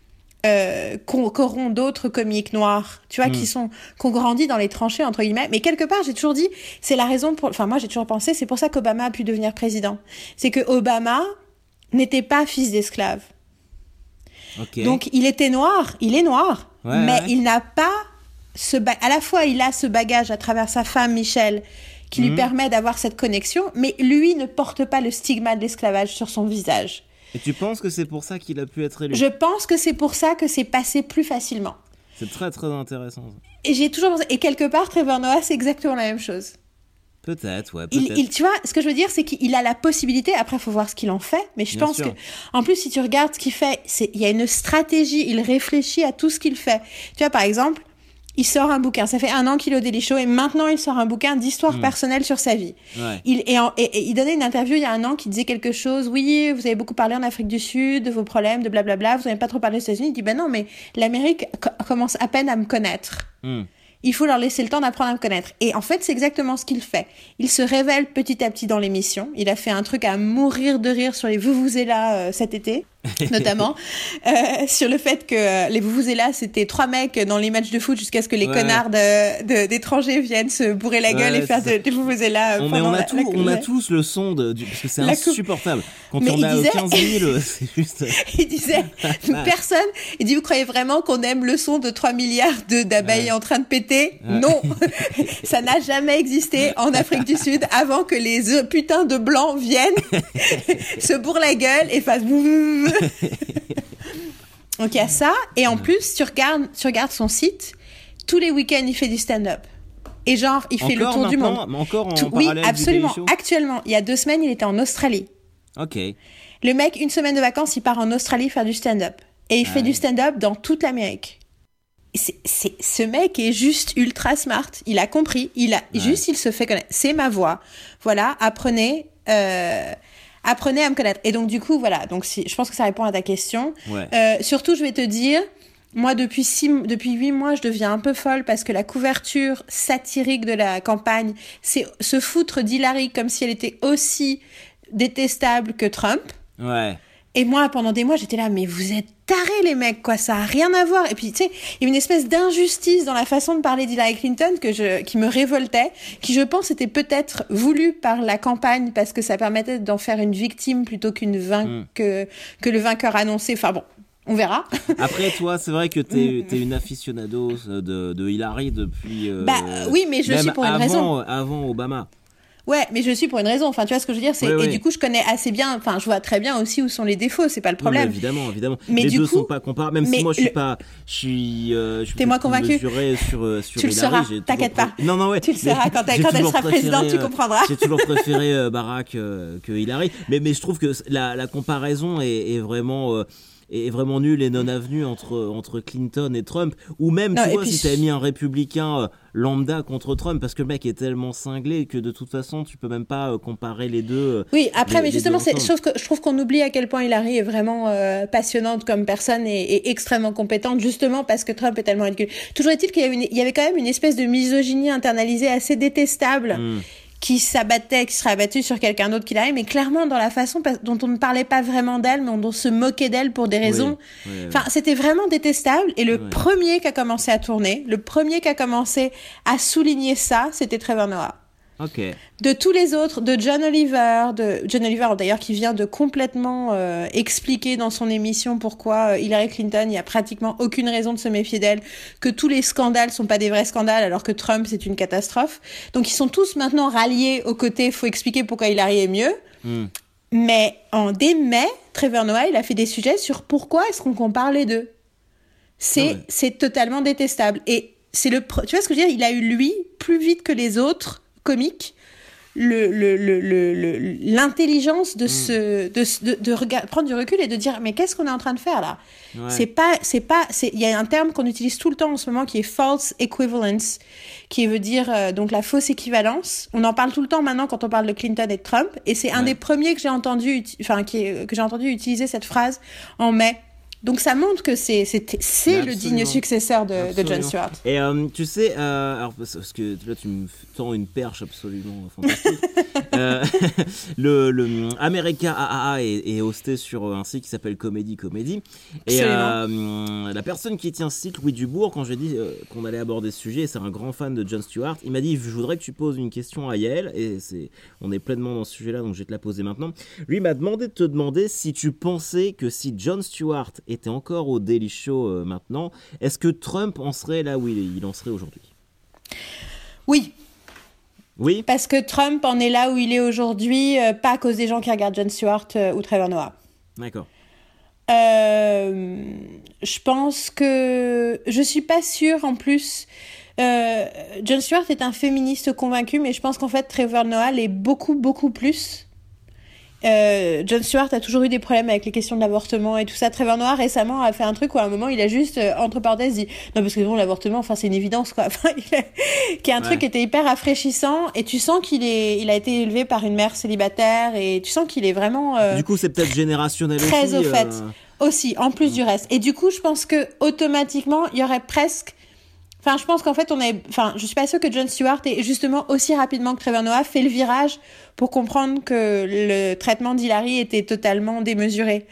qu'auront d'autres comiques noirs, tu vois, qui ont grandi dans les tranchées, entre guillemets. Mais quelque part, j'ai toujours dit, c'est la raison moi, j'ai toujours pensé, c'est pour ça qu'Obama a pu devenir président. C'est que Obama n'était pas fils d'esclave. Okay. Donc, il est noir, mais il n'a pas à la fois, il a ce bagage à travers sa femme, Michelle, qui lui permet d'avoir cette connexion, mais lui ne porte pas le stigma de l'esclavage sur son visage. Et tu penses que c'est pour ça qu'il a pu être élu? Je pense que c'est pour ça que c'est passé plus facilement. C'est très très intéressant. Et j'ai toujours pensé, et quelque part, Trevor Noah, c'est exactement la même chose. Peut-être, ouais, peut-être. Tu vois, ce que je veux dire, c'est qu'il a la possibilité, après, il faut voir ce qu'il en fait, mais je pense que, en plus, si tu regardes ce qu'il fait, il y a une stratégie, il réfléchit à tout ce qu'il fait. Tu vois, par exemple, il sort un bouquin. Ça fait 1 an qu'il est au Daily Show et maintenant il sort un bouquin d'histoire personnelle sur sa vie. Ouais. Il donnait une interview il y a 1 an qui disait quelque chose. Oui, vous avez beaucoup parlé en Afrique du Sud, de vos problèmes, de blablabla. Vous n'avez pas trop parlé des États-Unis. Il dit, ben non, mais l'Amérique commence à peine à me connaître. Il faut leur laisser le temps d'apprendre à me connaître. Et en fait, c'est exactement ce qu'il fait. Il se révèle petit à petit dans l'émission. Il a fait un truc à mourir de rire sur les Vuvuzela cet été, notamment. Sur le fait que les Vuvuzela, c'était 3 mecs dans les matchs de foot jusqu'à ce que les connards d'étrangers viennent se bourrer la gueule et faire des Vuvuzela pendant on a tous le son parce que c'est insupportable. Quand on a 15 000, c'est juste... Il disait, personne... Il dit, vous croyez vraiment qu'on aime le son de 3 milliards d'abeilles en train de péter? Non, ça n'a jamais existé en Afrique du Sud avant que les putains de blancs viennent, se bourrent la gueule et fassent... Donc il y a ça, et en plus, tu regardes son site, tous les week-ends, il fait du stand-up. Et genre, il fait le tour du monde. Encore en Oui, parallèle absolument. du Daily Show. Actuellement, il y a 2 semaines, il était en Australie. Ok. Le mec, 1 semaine de vacances, il part en Australie faire du stand-up. Et il fait du stand-up dans toute l'Amérique. Ce mec est juste ultra smart. Il a compris. Il se fait connaître. C'est ma voix. Voilà. Apprenez à me connaître. Et donc, du coup, voilà. Donc, je pense que ça répond à ta question. Ouais. Surtout, je vais te dire, moi, depuis 8 mois, je deviens un peu folle parce que la couverture satirique de la campagne, c'est se foutre d'Hillary comme si elle était aussi détestable que Trump. Ouais. Et moi, pendant des mois, j'étais là, mais vous êtes tarés, les mecs, quoi, ça a rien à voir. Et puis, tu sais, il y a une espèce d'injustice dans la façon de parler d'Hillary Clinton qui me révoltait, qui, je pense, était peut-être voulu par la campagne parce que ça permettait d'en faire une victime plutôt que le vainqueur annoncé. Enfin bon, on verra. Après, toi, c'est vrai que t'es une aficionado de Hillary depuis... oui, mais je suis pour une raison. Avant Obama. Ouais, mais je suis pour une raison. Enfin, tu vois ce que je veux dire, et du coup, je connais assez bien. Enfin, je vois très bien aussi où sont les défauts. C'est pas le problème. Oui, évidemment. Mais les du deux coup, sont pas comparables. Même si moi, je suis t'es moins convaincu. Sur tu le seras. T'inquiète pas. Non, ouais. Tu le seras quand elle sera présidente. Tu comprendras. J'ai toujours préféré Barack que Hillary. Mais je trouve que la comparaison est vraiment nulle et non avenue entre Clinton et Trump, ou même si t'avais mis un républicain lambda contre Trump, parce que le mec est tellement cinglé que de toute façon tu peux même pas comparer les deux. Oui, après, mais justement, je trouve qu'on oublie à quel point Hillary est vraiment passionnante comme personne et extrêmement compétente, justement parce que Trump est tellement ridicule. Toujours est-il qu'il y avait quand même une espèce de misogynie internalisée assez détestable. Qui serait abattue sur quelqu'un d'autre qui l'arrive, mais clairement dans la façon dont on ne parlait pas vraiment d'elle, mais dont on se moquait d'elle pour des raisons. Enfin, c'était vraiment détestable. Et le premier qui a commencé à tourner, le premier qui a commencé à souligner ça, c'était Trevor Noah. Okay. De tous les autres, de John Oliver d'ailleurs qui vient de complètement expliquer dans son émission pourquoi Hillary Clinton, il n'y a pratiquement aucune raison de se méfier d'elle, que tous les scandales sont pas des vrais scandales alors que Trump c'est une catastrophe. Donc ils sont tous maintenant ralliés au côté faut expliquer pourquoi Hillary est mieux. Mais dès mai, Trevor Noah il a fait des sujets sur pourquoi est-ce qu'on compare les deux. C'est totalement détestable et tu vois ce que je veux dire, il a eu lui plus vite que les autres comique l'intelligence de prendre du recul et de dire mais qu'est-ce qu'on est en train de faire là. Il y a un terme qu'on utilise tout le temps en ce moment qui est false equivalence, qui veut dire donc la fausse équivalence. On en parle tout le temps maintenant quand on parle de Clinton et de Trump, et c'est un des premiers que j'ai entendu utiliser cette phrase en mai. Donc ça montre que c'est le digne successeur de Jon Stewart. Et tu sais, alors parce que là tu me tends une perche absolument fantastique. le America AAA est hosté sur un site qui s'appelle Comedy. Et la personne qui tient ce site, Louis Dubourg, quand j'ai dit qu'on allait aborder ce sujet, c'est un grand fan de Jon Stewart, il m'a dit je voudrais que tu poses une question à Yael, et on est pleinement dans ce sujet-là, donc je vais te la poser maintenant. Lui m'a demandé de te demander si tu pensais que si Jon Stewart était encore au Daily Show maintenant, est-ce que Trump en serait là où il en serait aujourd'hui ? Oui. Oui. Parce que Trump en est là où il est aujourd'hui, pas à cause des gens qui regardent Jon Stewart ou Trevor Noah. D'accord. Je pense que... Je suis pas sûre, en plus... Jon Stewart est un féministe convaincu, mais je pense qu'en fait, Trevor Noah l'est beaucoup, beaucoup plus. Jon Stewart a toujours eu des problèmes avec les questions de l'avortement et tout ça. Trevor Noah récemment a fait un truc où à un moment il a juste entre parenthèses dit non parce que bon l'avortement enfin c'est une évidence quoi. Enfin qui est un truc qui était hyper rafraîchissant et tu sens il a été élevé par une mère célibataire et tu sens qu'il est vraiment du coup c'est peut-être générationnel très aussi, au fait aussi en plus du reste. Et du coup je pense que automatiquement il y aurait presque enfin, je pense qu'en fait, je suis pas sûre que Jon Stewart ait justement aussi rapidement que Trevor Noah fait le virage pour comprendre que le traitement d'Hillary était totalement démesuré.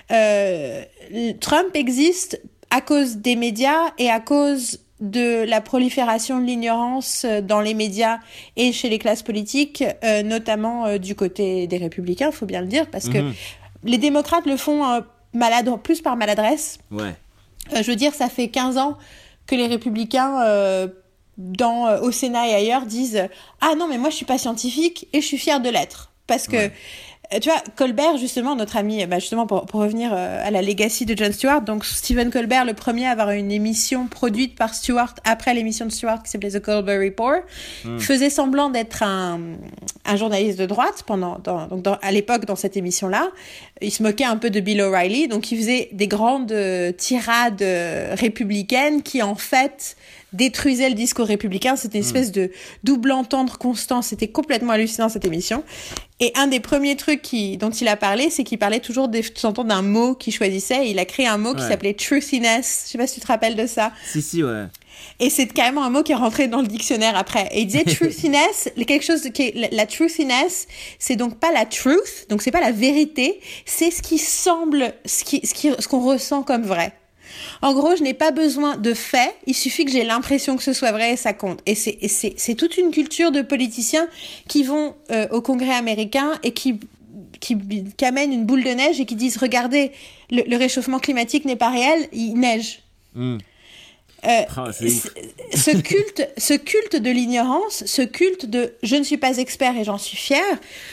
Trump existe à cause des médias et à cause de la prolifération de l'ignorance dans les médias et chez les classes politiques, notamment du côté des républicains, faut bien le dire, parce que les démocrates le font plus par maladresse. Ouais. Je veux dire, ça fait 15 ans que les républicains au Sénat et ailleurs disent « Ah non, mais moi je suis pas scientifique et je suis fière de l'être. » Parce que, tu vois, Colbert, justement, notre ami, justement pour revenir à la legacy de Jon Stewart, donc Stephen Colbert, le premier à avoir une émission produite par Stewart après l'émission de Stewart qui s'appelait The Colbert Report, faisait semblant d'être un journaliste de droite à l'époque dans cette émission-là. Il se moquait un peu de Bill O'Reilly, donc il faisait des grandes tirades républicaines qui, en fait, détruisaient le discours républicain. C'était une espèce de double entendre constant. C'était complètement hallucinant, cette émission. Et un des premiers trucs dont il a parlé, c'est qu'il parlait toujours de temps en temps d'un mot qu'il choisissait. Et il a créé un mot qui s'appelait truthiness. Je sais pas si tu te rappelles de ça. Si, ouais. Et c'est carrément un mot qui est rentré dans le dictionnaire après. Et il disait truthiness, quelque chose qui est la truthiness, c'est donc pas la truth, donc c'est pas la vérité, c'est ce qui semble, ce qu'on ressent comme vrai. En gros, je n'ai pas besoin de faits, il suffit que j'ai l'impression que ce soit vrai et ça compte. Et c'est toute une culture de politiciens qui vont au Congrès américain et qui amènent une boule de neige et qui disent regardez, le réchauffement climatique n'est pas réel, il neige. Ce culte de l'ignorance, ce culte de je ne suis pas expert et j'en suis fier,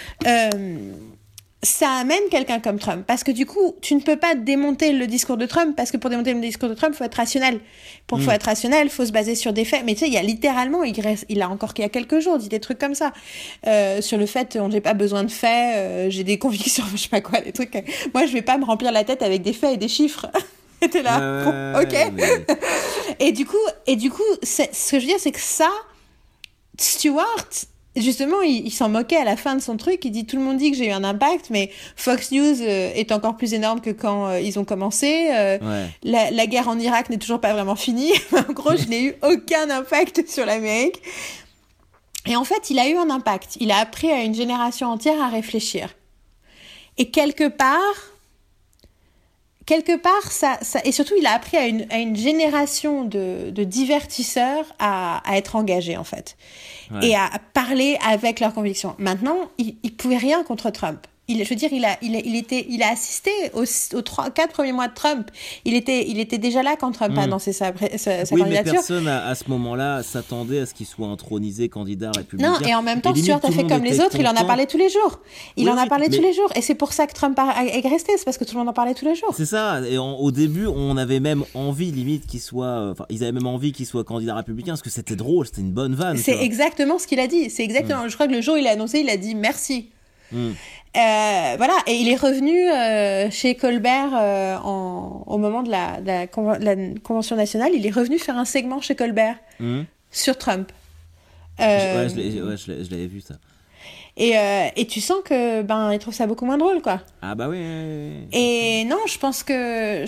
ça amène quelqu'un comme Trump. Parce que du coup, tu ne peux pas démonter le discours de Trump, parce que pour démonter le discours de Trump, il faut être rationnel. Faut être rationnel, il faut se baser sur des faits. Mais tu sais, il y a littéralement, il y a quelques jours, dit des trucs comme ça. Sur le fait, j'ai pas besoin de faits, j'ai des convictions, je sais pas quoi, des trucs. Moi, je vais pas me remplir la tête avec des faits et des chiffres. Et t'es là, bon, ok. Mais... et du coup, ce que je veux dire, c'est que ça, Stewart, justement, il s'en moquait à la fin de son truc. Il dit, tout le monde dit que j'ai eu un impact, mais Fox News est encore plus énorme que quand ils ont commencé. La guerre en Irak n'est toujours pas vraiment finie. En gros, je n'ai eu aucun impact sur l'Amérique. Et en fait, il a eu un impact. Il a appris à une génération entière à réfléchir. Et quelque part, ça, et surtout, il a appris à une génération de divertisseurs à être engagés, en fait. Et à parler avec leurs convictions. Maintenant, il pouvait rien contre Trump. Je veux dire, il a assisté aux 4 premiers mois de Trump. Il était déjà là quand Trump a annoncé sa candidature. Mais personne à ce moment-là s'attendait à ce qu'il soit intronisé candidat républicain. Non, et en même temps, Stewart a fait comme les autres, il en a parlé tous les jours. Tous les jours. Et c'est pour ça que Trump est resté, c'est parce que tout le monde en parlait tous les jours. C'est ça. Et au début, on avait même envie, limite, qu'il soit... ils avaient même envie qu'il soit candidat républicain, parce que c'était drôle, c'était une bonne vanne. C'est exactement ce qu'il a dit. C'est exactement. Je crois que le jour où il a annoncé, il a dit merci. Voilà, et il est revenu chez Colbert au moment de la convention nationale. Il est revenu faire un segment chez Colbert sur Trump. Je l'avais vu ça. Et tu sens que il trouve ça beaucoup moins drôle, quoi. Ah bah oui. Et non, je pense que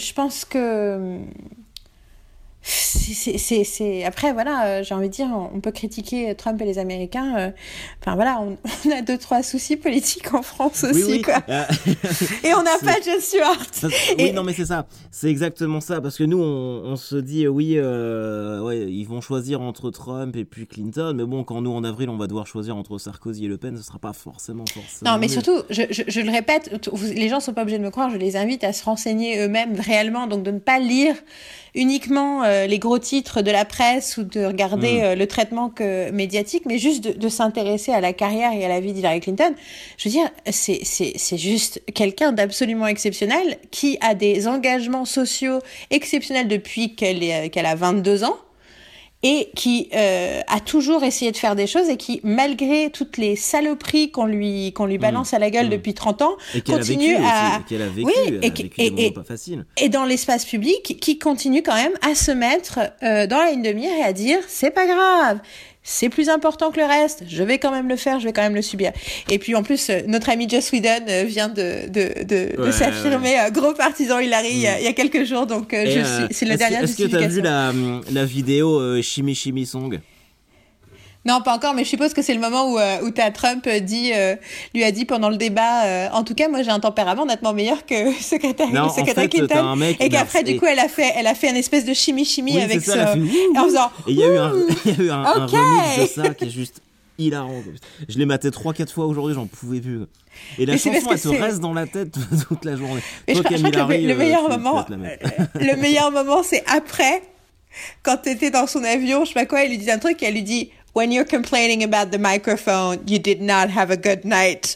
c'est après voilà, j'ai envie de dire, on peut critiquer Trump et les Américains, enfin voilà, on a 2-3 soucis politiques en France aussi, quoi. Et on n'a pas Jon Stewart. Non mais c'est ça, c'est exactement ça, parce que nous on se dit ils vont choisir entre Trump et puis Clinton, mais bon, quand nous en avril on va devoir choisir entre Sarkozy et Le Pen, ce sera pas forcément non mais surtout, je le répète, les gens sont pas obligés de me croire, je les invite à se renseigner eux-mêmes réellement, donc de ne pas lire uniquement les gros titres de la presse ou de regarder le traitement médiatique, mais juste de s'intéresser à la carrière et à la vie d'Hillary Clinton. Je veux dire, c'est juste quelqu'un d'absolument exceptionnel qui a des engagements sociaux exceptionnels depuis qu'elle a 22 ans et qui a toujours essayé de faire des choses et qui, malgré toutes les saloperies qu'on lui balance à la gueule depuis 30 ans, continue à... Qu'elle a vécu, des moments pas faciles. Et dans l'espace public, qui continue quand même à se mettre dans la ligne de mire et à dire « c'est pas grave ». C'est plus important que le reste. Je vais quand même le faire. Je vais quand même le subir. Et puis en plus, notre ami Joss Whedon vient de s'affirmer gros partisan Hillary il y a quelques jours. Donc c'est la dernière justification. Est-ce que t'as vu la vidéo Shimmy Shimmy Song? Non, pas encore, mais je suppose que c'est le moment où t'as Trump lui a dit pendant le débat, en tout cas, moi j'ai un tempérament nettement meilleur que secrétaire Clinton, et qu'après du coup elle a fait une espèce de chimie avec ça, en faisant. Et il y a eu un remix de ça qui est juste hilarant. Je l'ai maté 3-4 fois aujourd'hui, j'en pouvais plus. Et la chanson, elle se reste dans la tête toute la journée. Mais je crois que le meilleur moment, c'est après, quand t'étais dans son avion, je sais pas quoi, elle lui dit un truc et elle lui dit "When you're complaining about the microphone, you did not have a good night."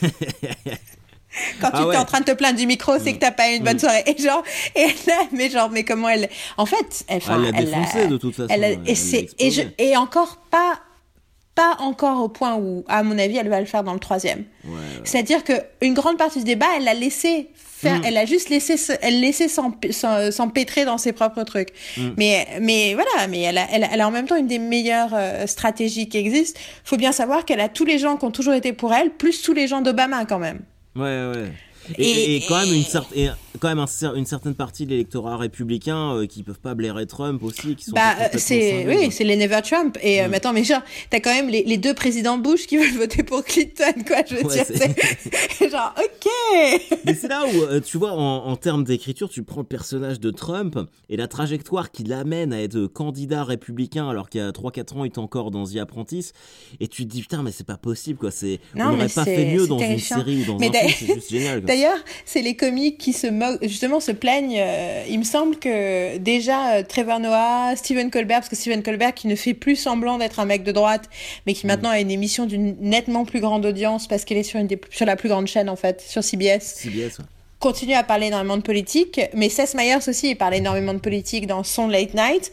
Quand tu t'es en train de te plaindre du micro, c'est que t'as pas eu une bonne soirée. Mais comment elle... En fait, elle l'a défoncé de toute façon. Et encore pas encore au point où, à mon avis, elle va le faire dans le 3e. C'est-à-dire qu'une grande partie du débat, elle l'a laissé faire, elle a juste laissé s'empêtrer dans ses propres trucs. Mais voilà, mais elle a en même temps une des meilleures stratégies qui existent. Faut bien savoir qu'elle a tous les gens qui ont toujours été pour elle, plus tous les gens d'Obama quand même. Ouais. Et quand même une certaine partie de l'électorat républicain qui peuvent pas blairer Trump aussi, qui sont c'est les Never Trump. Et attends, mais genre t'as quand même les deux présidents Bush qui veulent voter pour Clinton, quoi. Je veux dire, c'est genre ok. Mais c'est là où tu vois, en termes d'écriture, tu prends le personnage de Trump et la trajectoire qui l'amène à être candidat républicain alors qu'il y a 3-4 ans il était encore dans The Apprentice, et tu te dis putain mais c'est pas possible quoi. On n'aurait pas fait mieux dans une série ou dans un film, c'est juste génial quoi. D'ailleurs, c'est les comiques qui se plaignent. Il me semble que déjà Trevor Noah, Stephen Colbert, parce que Stephen Colbert qui ne fait plus semblant d'être un mec de droite, mais qui maintenant a une émission d'une nettement plus grande audience parce qu'il est sur la plus grande chaîne en fait, sur CBS. Continue à parler énormément de politique, mais Seth Meyers aussi, il parle énormément de politique dans son Late Night.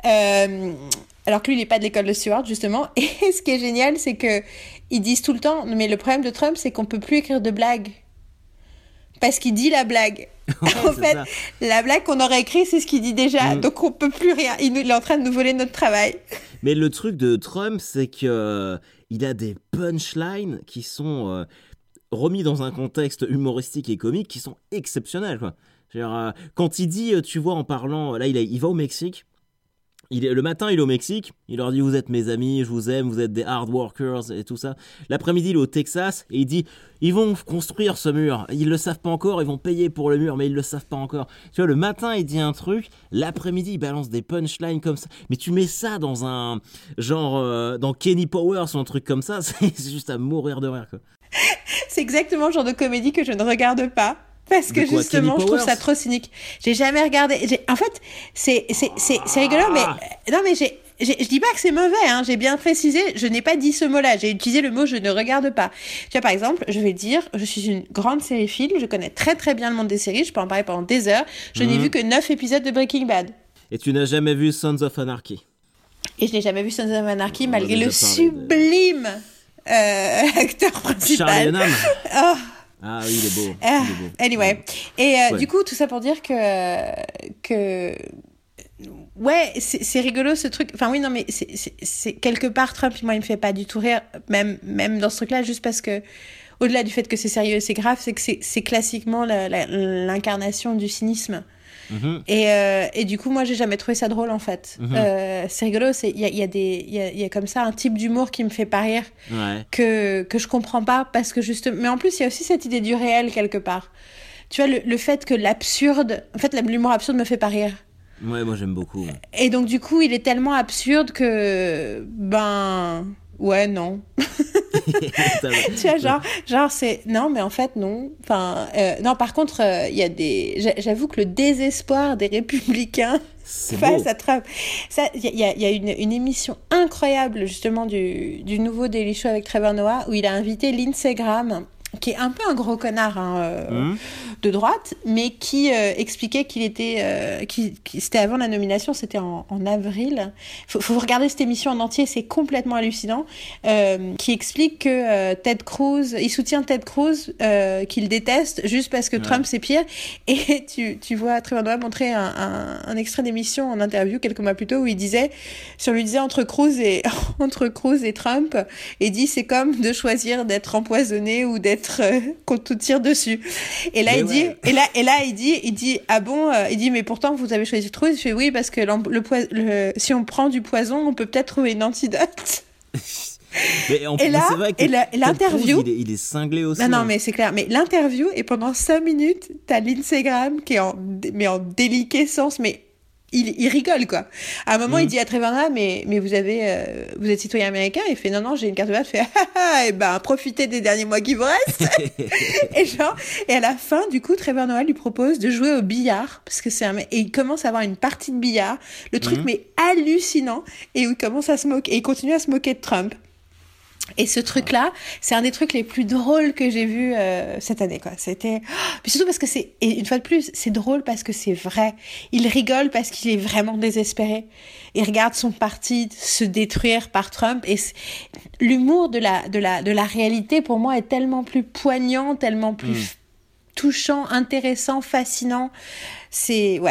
Alors que lui, il n'est pas de l'école de Stewart, justement. Et ce qui est génial, c'est que ils disent tout le temps, mais le problème de Trump, c'est qu'on peut plus écrire de blagues. Parce qu'il dit la blague. En fait, la blague qu'on aurait écrite, c'est ce qu'il dit déjà. Donc on peut plus rien. Il est en train de nous voler notre travail. Mais le truc de Trump, c'est que il a des punchlines qui sont remis dans un contexte humoristique et comique qui sont exceptionnels, quoi. Quand il dit, tu vois, en parlant, là, il va au Mexique. Le matin, il est au Mexique, il leur dit « Vous êtes mes amis, je vous aime, vous êtes des hard workers » et tout ça. L'après-midi, il est au Texas et il dit « Ils vont construire ce mur, ils le savent pas encore, ils vont payer pour le mur, mais ils le savent pas encore. » Tu vois, le matin, il dit un truc, l'après-midi, il balance des punchlines comme ça. Mais tu mets ça dans un genre, dans Kenny Powers ou un truc comme ça, c'est juste à mourir de rire, quoi. C'est exactement le genre de comédie que je ne regarde pas. Parce que justement, je trouve ça trop cynique. J'ai jamais regardé. En fait, c'est rigolo, mais non, mais je dis pas que c'est mauvais. Hein. J'ai bien précisé. Je n'ai pas dit ce mot-là. J'ai utilisé le mot je ne regarde pas. Tu vois, par exemple, je vais dire, je suis une grande sériephile. Je connais très très bien le monde des séries. Je peux en parler pendant des heures. Je n'ai vu que 9 épisodes de Breaking Bad. Et tu n'as jamais vu Sons of Anarchy. Et je n'ai jamais vu Sons of Anarchy malgré le sublime acteur principal. Charlie Hunnam. Ah oui, il est beau. Anyway. Et du coup, tout ça pour dire que ouais, c'est rigolo ce truc. Enfin oui, non, mais c'est quelque part Trump, moi, il me fait pas du tout rire, même dans ce truc-là, juste parce que au-delà du fait que c'est sérieux et c'est grave, c'est que c'est classiquement l'incarnation du cynisme. Et du coup, moi, j'ai jamais trouvé ça drôle, en fait. C'est rigolo, il y a comme ça un type d'humour qui me fait pas rire, que je comprends pas, parce que mais en plus, il y a aussi cette idée du réel, quelque part. Tu vois, le fait que l'absurde... En fait, l'humour absurde me fait pas rire. Ouais, moi, j'aime beaucoup. Et donc, du coup, il est tellement absurde que... Ouais, non. Tu vois, genre c'est... Non, mais en fait, non. Enfin, non, par contre, il y a des... J'avoue que le désespoir des républicains face à Trump... Il y a une émission incroyable, justement, du nouveau Daily Show avec Trevor Noah, où il a invité Lindsey Graham, qui est un peu un gros connard, de droite, mais qui expliquait qu'il était... c'était avant la nomination, c'était en avril. Faut regarder cette émission en entier, c'est complètement hallucinant. Qui explique que Ted Cruz, il soutient Ted Cruz, qu'il déteste juste parce que Trump c'est pire. Et tu vois Trevor Noah montrer un extrait d'émission en interview quelques mois plus tôt où il disait, si on lui disait entre Cruz et Trump, et dit c'est comme de choisir d'être empoisonné ou d'être qu'on te tire dessus. Et là il dit ah bon, il dit mais pourtant vous avez choisi Cruz. Je fais oui parce que si on prend du poison on peut peut-être trouver une antidote. Mais c'est vrai que l'interview, il est cinglé aussi. Non, mais c'est clair. Mais l'interview, et pendant 5 minutes, t'as Lindsey Graham qui est en déliquescence, mais il rigole, quoi. À un moment, il dit à Trevor Noah, mais vous êtes citoyen américain? Il fait, non, j'ai une carte verte. Il fait, et ben, profitez des derniers mois qui vous restent. et à la fin, du coup, Trevor Noah lui propose de jouer au billard, parce que et il commence à avoir une partie de billard. Le truc, mais hallucinant. Et où il commence à se moquer, et il continue à se moquer de Trump. Et ce truc-là, c'est un des trucs les plus drôles que j'ai vus cette année, quoi. C'était, puis surtout parce que et une fois de plus, c'est drôle parce que c'est vrai. Il rigole parce qu'il est vraiment désespéré. Il regarde son parti se détruire par Trump, et l'humour de la réalité pour moi est tellement plus poignant, tellement plus touchant, intéressant, fascinant. C'est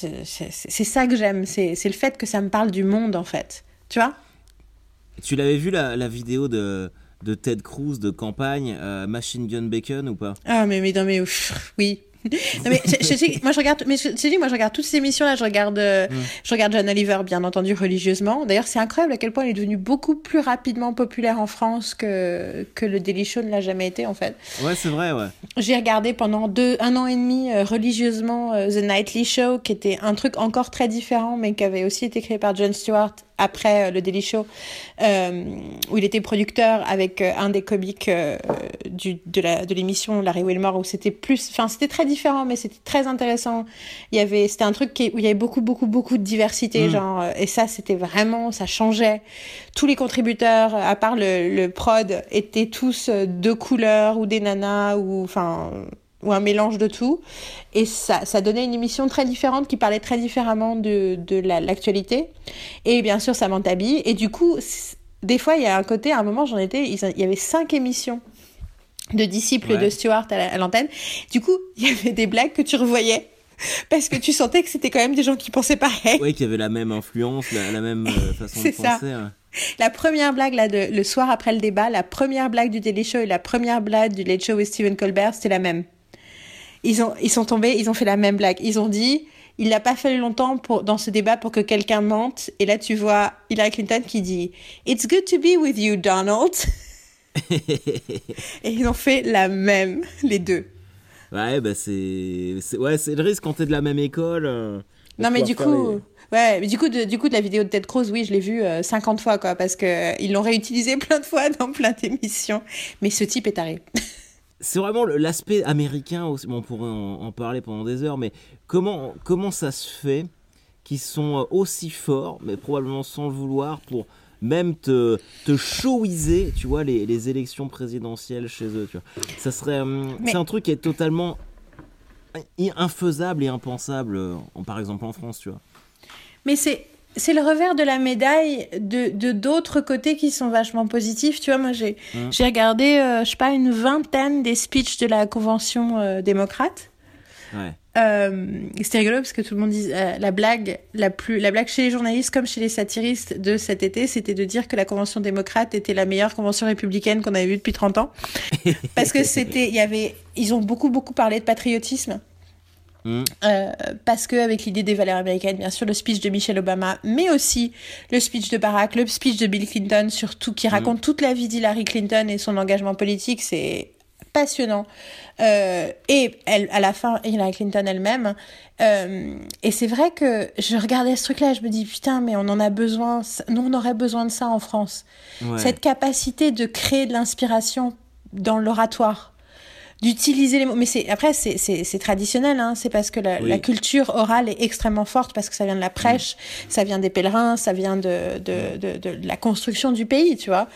ça que j'aime. C'est le fait que ça me parle du monde, en fait. Tu vois? Tu l'avais vu la vidéo de Ted Cruz de campagne Machine Gun Bacon ou pas? Ah mais oui. Non, mais moi je regarde toutes ces émissions là, je regarde John Oliver bien entendu religieusement. D'ailleurs, c'est incroyable à quel point il est devenu beaucoup plus rapidement populaire en France que le Daily Show ne l'a jamais été, en fait. Ouais, c'est vrai, ouais. J'ai regardé pendant 1 an et demi religieusement The Nightly Show, qui était un truc encore très différent mais qui avait aussi été créé par Jon Stewart après le Daily Show, où il était producteur avec un des comiques de l'émission, Larry Wilmore, où c'était très différent, mais c'était très intéressant. C'était un truc où il y avait beaucoup de diversité, genre, et ça, c'était vraiment, ça changeait. Tous les contributeurs, à part le prod, étaient tous de couleur, ou des nanas, ou un mélange de tout, et ça donnait une émission très différente qui parlait très différemment de l'actualité, et bien sûr Samantha Bee, et du coup des fois il y a un côté, à un moment il y avait 5 émissions de disciples de Stewart à l'antenne. Du coup il y avait des blagues que tu revoyais parce que tu sentais que c'était quand même des gens qui pensaient pareil. Oui, qui avaient la même influence, la même façon de penser. Ça. La première blague là, le soir après le débat, la première blague du Daily Show et la première blague du Late Show with Stephen Colbert, c'était la même. Ils sont tombés, ils ont fait la même blague. Ils ont dit, il n'a pas fallu longtemps dans ce débat pour que quelqu'un mente. Et là, tu vois Hillary Clinton qui dit « It's good to be with you, Donald ». Et ils ont fait la même, les deux. Ouais, bah c'est le risque quand t'es de la même école. Non, mais du coup... Ouais, mais du coup, de la vidéo de Ted Cruz, oui, je l'ai vue 50 fois, quoi, parce que ils l'ont réutilisé plein de fois dans plein d'émissions. Mais ce type est taré. C'est vraiment l'aspect américain aussi. Bon, on pourrait en parler pendant des heures, mais comment ça se fait qu'ils sont aussi forts, mais probablement sans le vouloir, pour même te showiser, tu vois, les élections présidentielles chez eux, tu vois. Ça serait, c'est un truc qui est totalement infaisable et impensable, par exemple en France, tu vois. Mais c'est le revers de la médaille de d'autres côtés qui sont vachement positifs. Tu vois, moi, j'ai regardé, je sais pas, une 20aine des speeches de la convention démocrate. Ouais. C'était rigolo parce que tout le monde dit la blague chez les journalistes comme chez les satiristes de cet été, c'était de dire que la convention démocrate était la meilleure convention républicaine qu'on avait vue depuis 30 ans. Parce que ils ont beaucoup parlé de patriotisme. Parce que avec l'idée des valeurs américaines, bien sûr, le speech de Michelle Obama, mais aussi le speech de Barack, le speech de Bill Clinton, surtout, qui raconte toute la vie d'Hillary Clinton et son engagement politique, c'est passionnant. Et à la fin, Hillary Clinton elle-même. Et c'est vrai que je regardais ce truc-là et je me dis, putain, mais on en a besoin, nous on aurait besoin de ça en France. Ouais. Cette capacité de créer de l'inspiration dans l'oratoire. D'utiliser les mots, mais c'est traditionnel, hein. C'est parce que la culture orale est extrêmement forte, parce que ça vient de la prêche, ça vient des pèlerins, ça vient de la construction du pays, tu vois,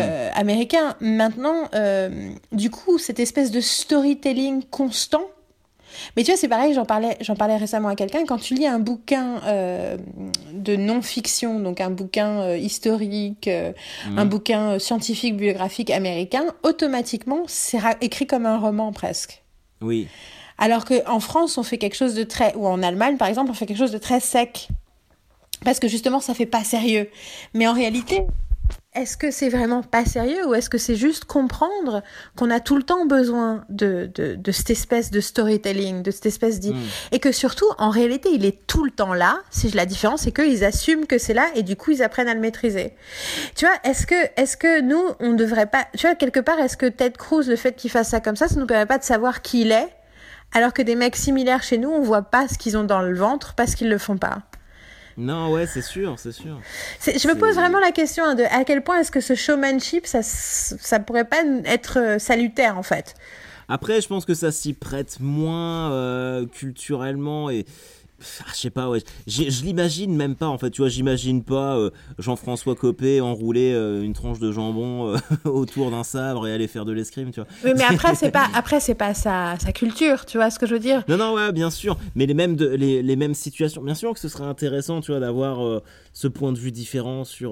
américain. Maintenant, du coup, cette espèce de storytelling constant Mais tu vois, c'est pareil, j'en parlais récemment à quelqu'un. Quand tu lis un bouquin de non-fiction, donc un bouquin historique, un bouquin scientifique, biographique américain, automatiquement, c'est écrit comme un roman presque. Oui. Alors qu'en France, on fait quelque chose de très... Ou en Allemagne, par exemple, on fait quelque chose de très sec. Parce que justement, ça fait pas sérieux. Mais en réalité... Est-ce que c'est vraiment pas sérieux ou est-ce que c'est juste comprendre qu'on a tout le temps besoin de cette espèce de storytelling, de cette espèce et que surtout, en réalité, il est tout le temps là. Si la différence, c'est qu'ils assument que c'est là et du coup, ils apprennent à le maîtriser. Tu vois, est-ce que nous, on devrait pas... Tu vois, quelque part, est-ce que Ted Cruz, le fait qu'il fasse ça comme ça nous permet pas de savoir qui il est, alors que des mecs similaires chez nous, on voit pas ce qu'ils ont dans le ventre parce qu'ils le font pas. Non, ouais, c'est sûr. Je me pose vraiment la question de à quel point est-ce que ce showmanship, ça pourrait pas être salutaire, en fait. Après, je pense que ça s'y prête moins culturellement et... je sais pas, ouais. Je l'imagine même pas, en fait. Tu vois, j'imagine pas Jean-François Copé enrouler une tranche de jambon autour d'un sabre et aller faire de l'escrime, tu vois. Oui, mais après, c'est pas sa culture, tu vois ce que je veux dire. Non, ouais, bien sûr. Mais les mêmes situations. Bien sûr que ce serait intéressant, tu vois, d'avoir ce point de vue différent sur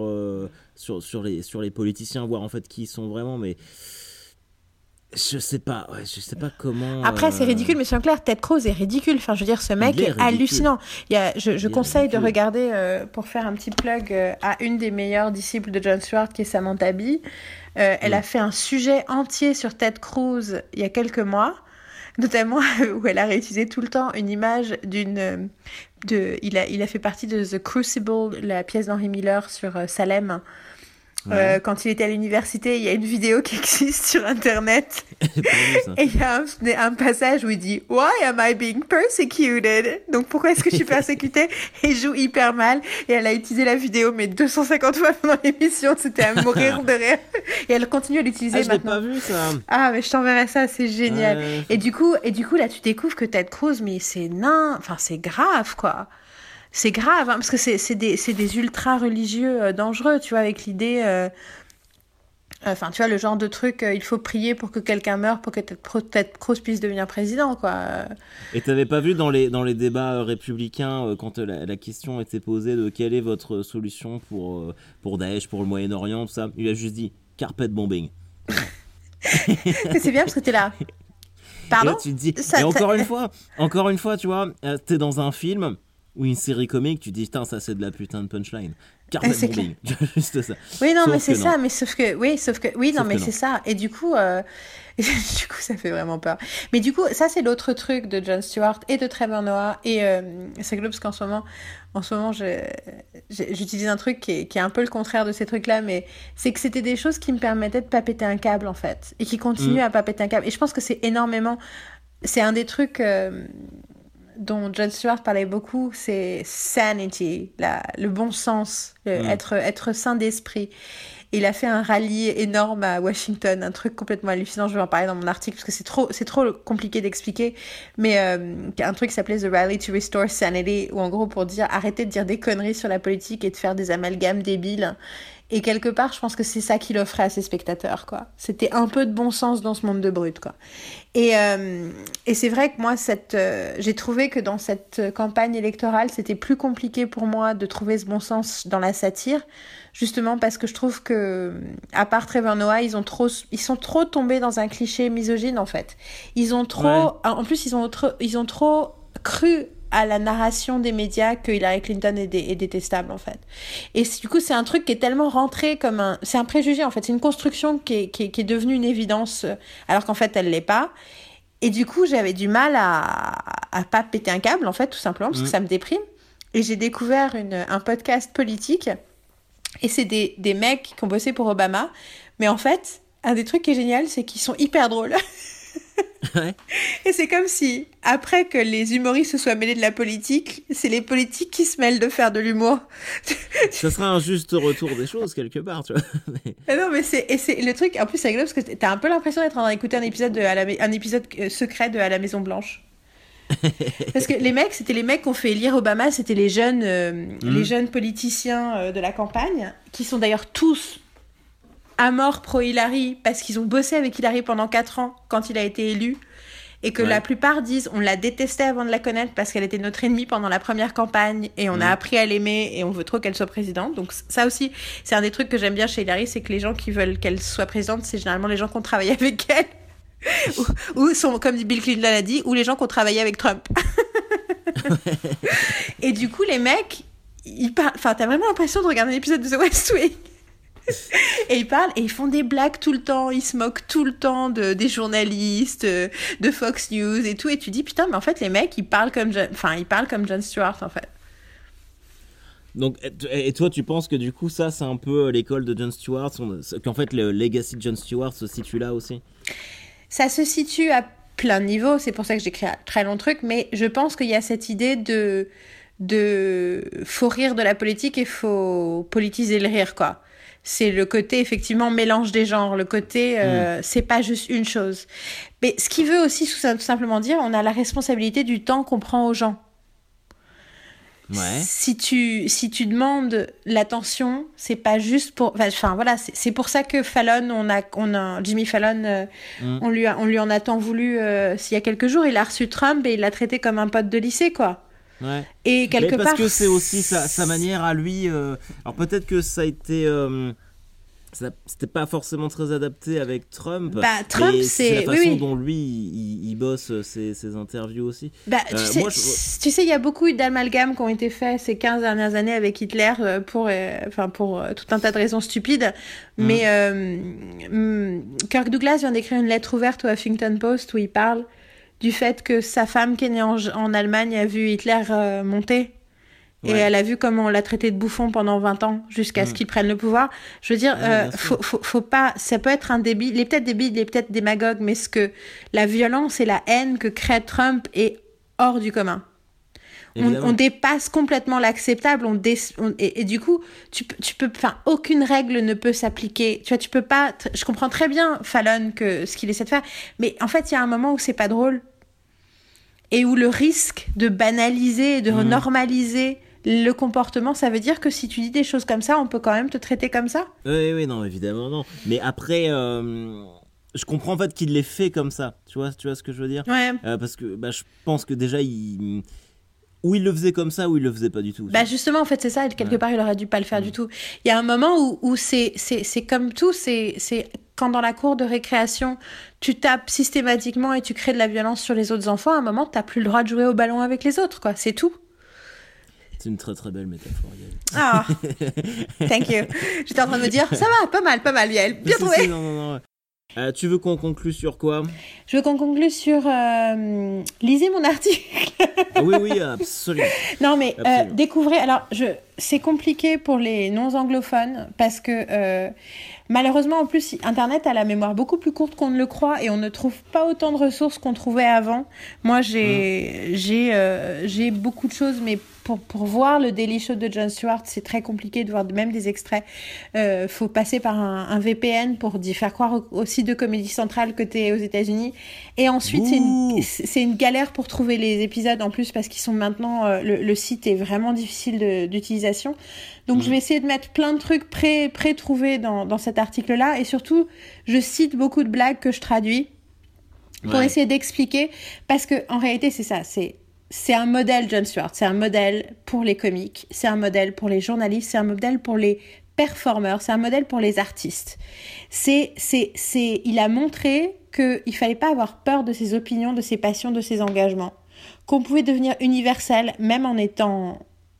les politiciens, voir en fait qui ils sont vraiment, mais... Je sais pas comment... Après, c'est ridicule, mais c'est clair, Ted Cruz est ridicule. Enfin, je veux dire, ce mec est hallucinant. Je conseille de regarder, pour faire un petit plug, à une des meilleures disciples de Jon Stewart, qui est Samantha Bee. Elle a fait un sujet entier sur Ted Cruz il y a quelques mois, notamment où elle a réutilisé tout le temps une image il a fait partie de The Crucible, la pièce d'Henry Miller sur Salem. Ouais. Quand il était à l'université, il y a une vidéo qui existe sur Internet. Et il y a un passage où il dit « Why am I being persecuted ?» Donc, pourquoi est-ce que je suis persécutée? Et il joue hyper mal. Et elle a utilisé la vidéo, mais 250 fois pendant l'émission. C'était à mourir de rire. Et elle continue à l'utiliser maintenant. Je l'ai pas vu, ça. Ah, mais je t'enverrai ça, c'est génial. Et du coup, là, tu découvres que Ted Cruz, mais c'est c'est grave, quoi. C'est grave, hein, parce que c'est des ultra-religieux dangereux, tu vois, avec l'idée... Enfin, tu vois, le genre de truc, il faut prier pour que quelqu'un meure, pour que Ted Cruz puisse devenir président, quoi. Et t'avais pas vu dans les débats républicains, quand la question était posée de quelle est votre solution pour Daesh, pour le Moyen-Orient, tout ça, il a juste dit « carpet bombing ». C'est bien parce que t'es là. Pardon ? Et là, tu te dis... Et encore une fois, tu vois, t'es dans un film... ou une série comique, tu dis, putain, ça c'est de la putain de punchline. Carpet bombing, juste ça. Oui, non, mais c'est ça, mais sauf que, c'est ça. Et du coup, ça fait vraiment peur. Mais du coup, ça c'est l'autre truc de Jon Stewart et de Trevor Noah. Et c'est cool parce qu'en ce moment, j'utilise un truc qui est un peu le contraire de ces trucs-là, mais c'est que c'était des choses qui me permettaient de pas péter un câble, en fait. Et qui continuent à pas péter un câble. Et je pense que c'est un des trucs... dont Jon Stewart parlait beaucoup, c'est sanity, le bon sens, être sain d'esprit. Et il a fait un rallye énorme à Washington, un truc complètement hallucinant, je vais en parler dans mon article parce que c'est trop compliqué d'expliquer, mais un truc qui s'appelait The Rally to Restore Sanity, où en gros pour dire arrêtez de dire des conneries sur la politique et de faire des amalgames débiles. Et quelque part, je pense que c'est ça qu'il offrait à ses spectateurs, quoi. C'était un peu de bon sens dans ce monde de brutes, quoi. Et c'est vrai que moi, j'ai trouvé que dans cette campagne électorale, c'était plus compliqué pour moi de trouver ce bon sens dans la satire, justement parce que je trouve que, à part Trevor Noah, ils sont trop tombés dans un cliché misogyne, en fait. Ils ont trop, en plus, ils ont trop cru à la narration des médias que Hillary Clinton est détestable, en fait. Et du coup, c'est un truc qui est tellement rentré comme c'est un préjugé, en fait. C'est une construction qui est devenue une évidence, alors qu'en fait, elle l'est pas. Et du coup, j'avais du mal à pas péter un câble, en fait, tout simplement, parce que ça me déprime. Et j'ai découvert un podcast politique, et c'est des mecs qui ont bossé pour Obama. Mais en fait, un des trucs qui est génial, c'est qu'ils sont hyper drôles. Ouais. Et c'est comme si, après que les humoristes se soient mêlés de la politique, c'est les politiques qui se mêlent de faire de l'humour. Ça serait un juste retour des choses, quelque part, tu vois. Non, mais c'est le truc, en plus c'est rigolo parce que t'as un peu l'impression d'être en train d'écouter un épisode secret de À la Maison Blanche. Parce que les mecs, c'était les mecs qui ont fait élire Obama, c'était les jeunes politiciens de la campagne, qui sont d'ailleurs tous à mort pro-Hillary parce qu'ils ont bossé avec Hillary pendant 4 ans quand il a été élu et que la plupart disent on la détestait avant de la connaître parce qu'elle était notre ennemie pendant la première campagne et on a appris à l'aimer et on veut trop qu'elle soit présidente. Donc ça aussi, c'est un des trucs que j'aime bien chez Hillary, c'est que les gens qui veulent qu'elle soit présidente, c'est généralement les gens qui ont travaillé avec elle ou sont, comme Bill Clinton l'a dit, ou les gens qui ont travaillé avec Trump. Et du coup, les mecs, ils parlent... Enfin, t'as vraiment l'impression de regarder un épisode de The West Wing. Et ils parlent et ils font des blagues tout le temps, ils se moquent tout le temps des journalistes, de Fox News et tout, et tu dis putain mais en fait les mecs ils parlent comme Jon Stewart en fait. Donc et toi tu penses que du coup ça c'est un peu l'école de Jon Stewart, qu'en fait le legacy de Jon Stewart se situe là aussi? Ça se situe à plein de niveaux, c'est pour ça que j'écris un très long truc, mais je pense qu'il y a cette idée de faut rire de la politique et faut politiser le rire quoi. C'est le côté, effectivement, mélange des genres. Le côté, c'est pas juste une chose. Mais ce qui veut aussi tout simplement dire, on a la responsabilité du temps qu'on prend aux gens. Ouais. Si tu demandes l'attention, c'est pas juste pour... Enfin, voilà, c'est pour ça que Fallon, Jimmy Fallon, on lui en a tant voulu s'il y a quelques jours. Il a reçu Trump et il l'a traité comme un pote de lycée, quoi. Ouais. Et quelque parce part, que c'est aussi sa manière à lui. Alors peut-être que ça a été, c'était pas forcément très adapté avec Trump. Trump, mais c'est la façon dont oui. lui il bosse ses interviews aussi. Tu sais, il y a beaucoup d'amalgames qui ont été faits ces 15 dernières années avec Hitler pour tout un tas de raisons stupides. Mais Kirk Douglas vient d'écrire une lettre ouverte au Huffington Post où il parle du fait que sa femme qui est née en Allemagne a vu Hitler monter. Et elle a vu comment on l'a traité de bouffon pendant 20 ans jusqu'à ce qu'il prenne le pouvoir. Je veux dire, faut pas... Ça peut être un débile, il est peut-être débile, il est peut-être démagogue, mais la violence et la haine que crée Trump est hors du commun. On dépasse complètement l'acceptable. Et du coup, tu peux... Enfin, aucune règle ne peut s'appliquer. Tu vois, tu peux pas... Je comprends très bien, Fallon, ce qu'il essaie de faire. Mais en fait, il y a un moment où c'est pas drôle. Et où le risque de banaliser et de normaliser le comportement, ça veut dire que si tu dis des choses comme ça, on peut quand même te traiter comme ça? Oui, non, évidemment, non. Mais après, je comprends en fait qu'il l'ait fait comme ça. Tu vois ce que je veux dire? Ouais. Parce que je pense que déjà, ou il le faisait comme ça, ou il le faisait pas du tout. Justement, en fait, c'est ça. Quelque part, il aurait dû pas le faire du tout. Il y a un moment où c'est comme tout, c'est quand dans la cour de récréation, tu tapes systématiquement et tu crées de la violence sur les autres enfants, à un moment, t'as plus le droit de jouer au ballon avec les autres, quoi. C'est tout. C'est une très très belle métaphore, Yael. Ah, thank you. J'étais en train de me dire, ça va, pas mal, Yael. Bien trouvé. Non. Tu veux qu'on conclue sur quoi? Je veux qu'on conclue sur... lisez mon article. Oui, absolument. Non, mais découvrez... Alors, c'est compliqué pour les non-anglophones parce que... malheureusement, en plus, Internet a la mémoire beaucoup plus courte qu'on ne le croit et on ne trouve pas autant de ressources qu'on trouvait avant. Moi, j'ai beaucoup de choses, mais pour voir le Daily Show de Jon Stewart, c'est très compliqué de voir même des extraits. Faut passer par un VPN pour faire croire au site de Comedy Central que t'es aux États-Unis. Et ensuite, c'est une galère pour trouver les épisodes en plus parce qu'ils sont maintenant... le site est vraiment difficile d'utilisation. Donc, je vais essayer de mettre plein de trucs pré-trouvés dans cet article-là. Et surtout, je cite beaucoup de blagues que je traduis pour essayer d'expliquer. Parce que en réalité, c'est ça. C'est un modèle, Jon Stewart. C'est un modèle pour les comiques. C'est un modèle pour les journalistes. C'est un modèle pour les performeurs. C'est un modèle pour les artistes. Il a montré qu'il fallait pas avoir peur de ses opinions, de ses passions, de ses engagements. Qu'on pouvait devenir universel, même en étant...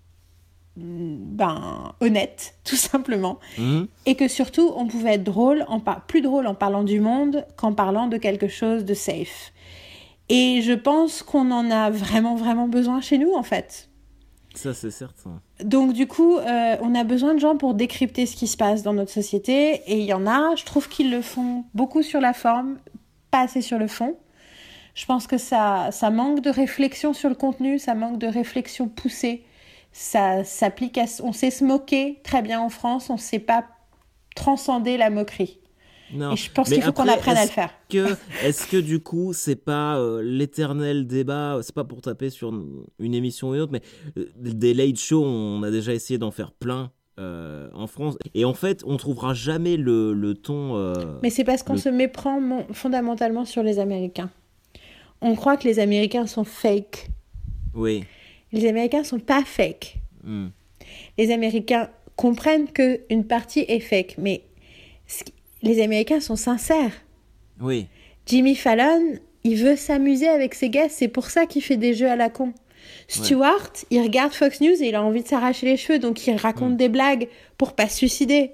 honnête, tout simplement. Et que surtout, on pouvait être plus drôle en parlant du monde qu'en parlant de quelque chose de safe. Et je pense qu'on en a vraiment, vraiment besoin chez nous, en fait. Ça, c'est certain. Donc, du coup, on a besoin de gens pour décrypter ce qui se passe dans notre société. Et il y en a, je trouve qu'ils le font beaucoup sur la forme, pas assez sur le fond. Je pense que ça manque de réflexion sur le contenu, ça manque de réflexion poussée. Ça s'applique on sait se moquer très bien en France, on ne sait pas transcender la moquerie. Non. Et je pense qu'il faut qu'on apprenne à le faire. Est-ce que du coup, c'est pas l'éternel débat, c'est pas pour taper sur une émission ou une autre, mais des late shows, on a déjà essayé d'en faire plein en France. Et en fait, on trouvera jamais le ton... mais c'est parce qu'on se méprend fondamentalement sur les Américains. on croit que les Américains sont fake. Oui. Les Américains sont pas fake. Les Américains comprennent qu'une partie est fake, mais les Américains sont sincères. Oui. Jimmy Fallon, il veut s'amuser avec ses guests, c'est pour ça qu'il fait des jeux à la con. Stewart, il regarde Fox News et il a envie de s'arracher les cheveux, donc il raconte des blagues pour pas se suicider.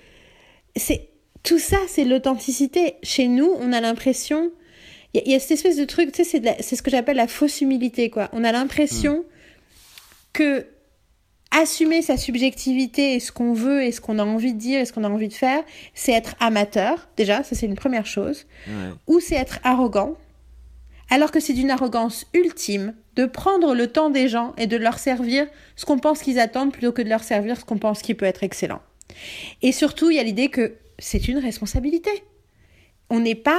Tout ça, c'est l'authenticité. Chez nous, on a l'impression... Il y a cette espèce de truc, tu sais, c'est ce que j'appelle la fausse humilité, quoi. On a l'impression que assumer sa subjectivité et ce qu'on veut et ce qu'on a envie de dire et ce qu'on a envie de faire, c'est être amateur, déjà, ça c'est une première chose, ou c'est être arrogant, alors que c'est d'une arrogance ultime de prendre le temps des gens et de leur servir ce qu'on pense qu'ils attendent plutôt que de leur servir ce qu'on pense qui peut être excellent. Et surtout, il y a l'idée que c'est une responsabilité. On n'est pas...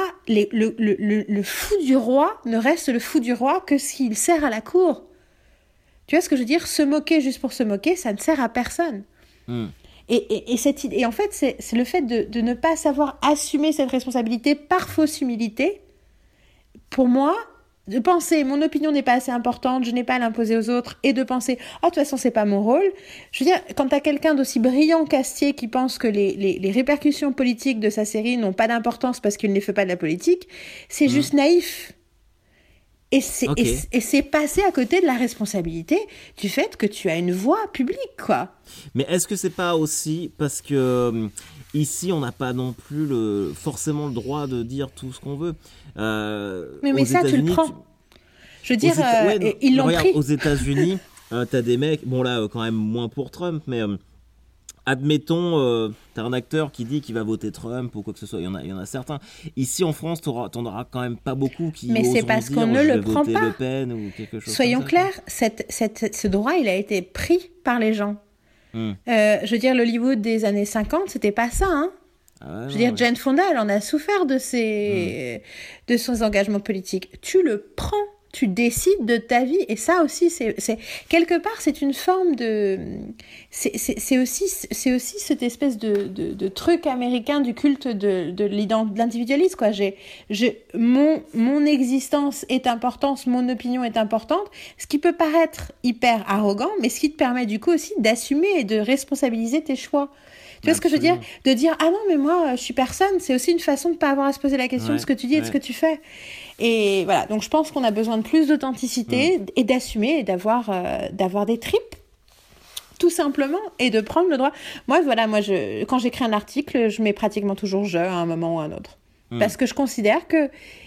Le fou du roi ne reste le fou du roi que s'il sert à la cour. Tu vois ce que je veux dire ? Se moquer juste pour se moquer, ça ne sert à personne. Et en fait, c'est le fait de ne pas savoir assumer cette responsabilité par fausse humilité. Pour moi, de penser mon opinion n'est pas assez importante, je n'ai pas à l'imposer aux autres, et de penser de toute façon c'est pas mon rôle. Je veux dire, quand t'as quelqu'un d'aussi brillant qu'Astier qui pense que les répercussions politiques de sa série n'ont pas d'importance parce qu'il ne fait pas de la politique, c'est juste naïf. Et c'est passer à côté de la responsabilité du fait que tu as une voix publique, quoi. Mais est-ce que c'est pas aussi parce que ici on n'a pas non plus forcément le droit de dire tout ce qu'on veut. Mais ça tu le prends. Je veux dire, ils l'ont pris. Aux États-Unis, t'as des mecs, bon là quand même moins pour Trump, mais admettons, t'as un acteur qui dit qu'il va voter Trump ou quoi que ce soit, il y en a certains. Ici en France, t'en auras quand même pas beaucoup qui mais c'est parce qu'on ne le prend pas. Le Pen ou quelque chose. Soyons clairs, ce droit, il a été pris par les gens. Je veux dire, l'Hollywood des années 50, c'était pas ça, hein. Je veux dire, Jane Fonda, elle en a souffert de son engagement politique. Tu le prends, tu décides de ta vie, et ça aussi, c'est quelque part, c'est une forme de, c'est aussi cette espèce de truc américain du culte de l'individualisme, quoi. Mon existence est importante, mon opinion est importante, ce qui peut paraître hyper arrogant, mais ce qui te permet du coup aussi d'assumer et de responsabiliser tes choix. Tu vois ce que je veux dire ? De dire, ah non, mais moi, je suis personne, c'est aussi une façon de ne pas avoir à se poser la question de ce que tu dis et de ce que tu fais. Et voilà, donc je pense qu'on a besoin de plus d'authenticité et d'assumer et d'avoir des tripes, tout simplement, et de prendre le droit. Moi, quand j'écris un article, je mets pratiquement toujours « je » à un moment ou à un autre. Parce que je considère que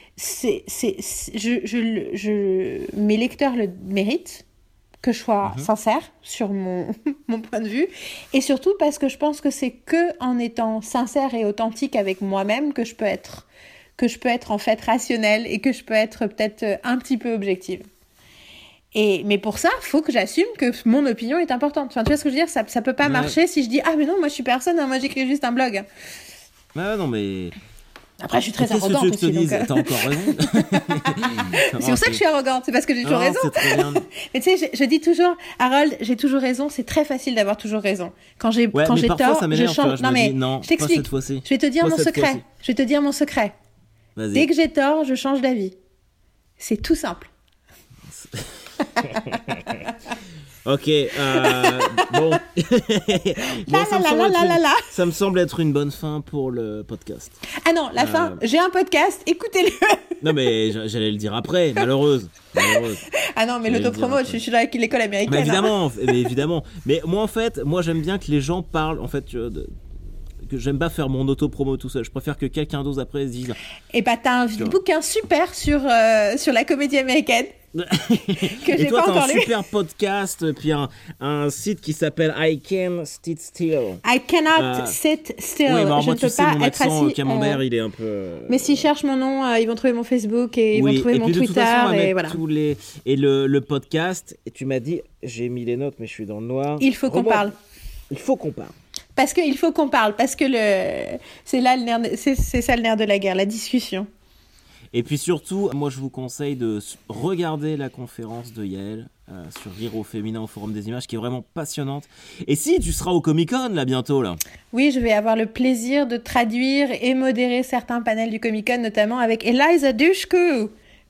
mes lecteurs le méritent, que je sois sincère sur mon point de vue, et surtout parce que je pense que c'est que en étant sincère et authentique avec moi-même que je peux être en fait rationnelle et que je peux être peut-être un petit peu objective. Mais pour ça, faut que j'assume que mon opinion est importante. Enfin, tu vois ce que je veux dire ? Ça peut pas marcher si je dis mais non, moi je suis personne, moi j'écris juste un blog. Non mais après, je suis très arrogante aussi. T'as encore raison. C'est pour ça que je suis arrogante, c'est parce que j'ai toujours raison. C'est très bien. Mais tu sais, je dis toujours, Harold, j'ai toujours raison. C'est très facile d'avoir toujours raison. Quand j'ai tort, je change. Je t'explique. Je vais te dire mon secret. Je vais te dire mon secret. Vas-y. Dès que j'ai tort, je change d'avis. C'est tout simple. Ok, bon. Ça me semble être une bonne fin pour le podcast. Ah non, la fin, j'ai un podcast, écoutez-le. Non mais j'allais le dire après, malheureuse. Ah non, mais l'autopromo, je suis là avec l'école américaine. Mais évidemment. Mais moi en fait, j'aime bien que les gens parlent, en fait, que j'aime pas faire mon auto-promo tout seul. Je préfère que quelqu'un d'autre après se dise... Et t'as un bouquin super sur la comédie américaine que j'ai pas encore lu. Et toi, t'as un super podcast, puis un site qui s'appelle I Can Sit Still. I Cannot Sit Still. Oui, je ne peux pas mon être accent assis. camembert, il est un peu... Mais s'ils cherchent mon nom, ils vont trouver mon Facebook et ils vont trouver mon Twitter. Et voilà. Et le podcast, et tu m'as dit, j'ai mis les notes, mais je suis dans le noir. Il faut qu'on parle. Il faut qu'on parle. Parce qu'il faut qu'on parle, parce que c'est ça le nerf de la guerre, la discussion. Et puis surtout, moi je vous conseille de regarder la conférence de Yael sur Rire au féminin au Forum des images, qui est vraiment passionnante. Et si tu seras au Comic-Con là bientôt là. Oui, je vais avoir le plaisir de traduire et modérer certains panels du Comic-Con, notamment avec Eliza Dushku.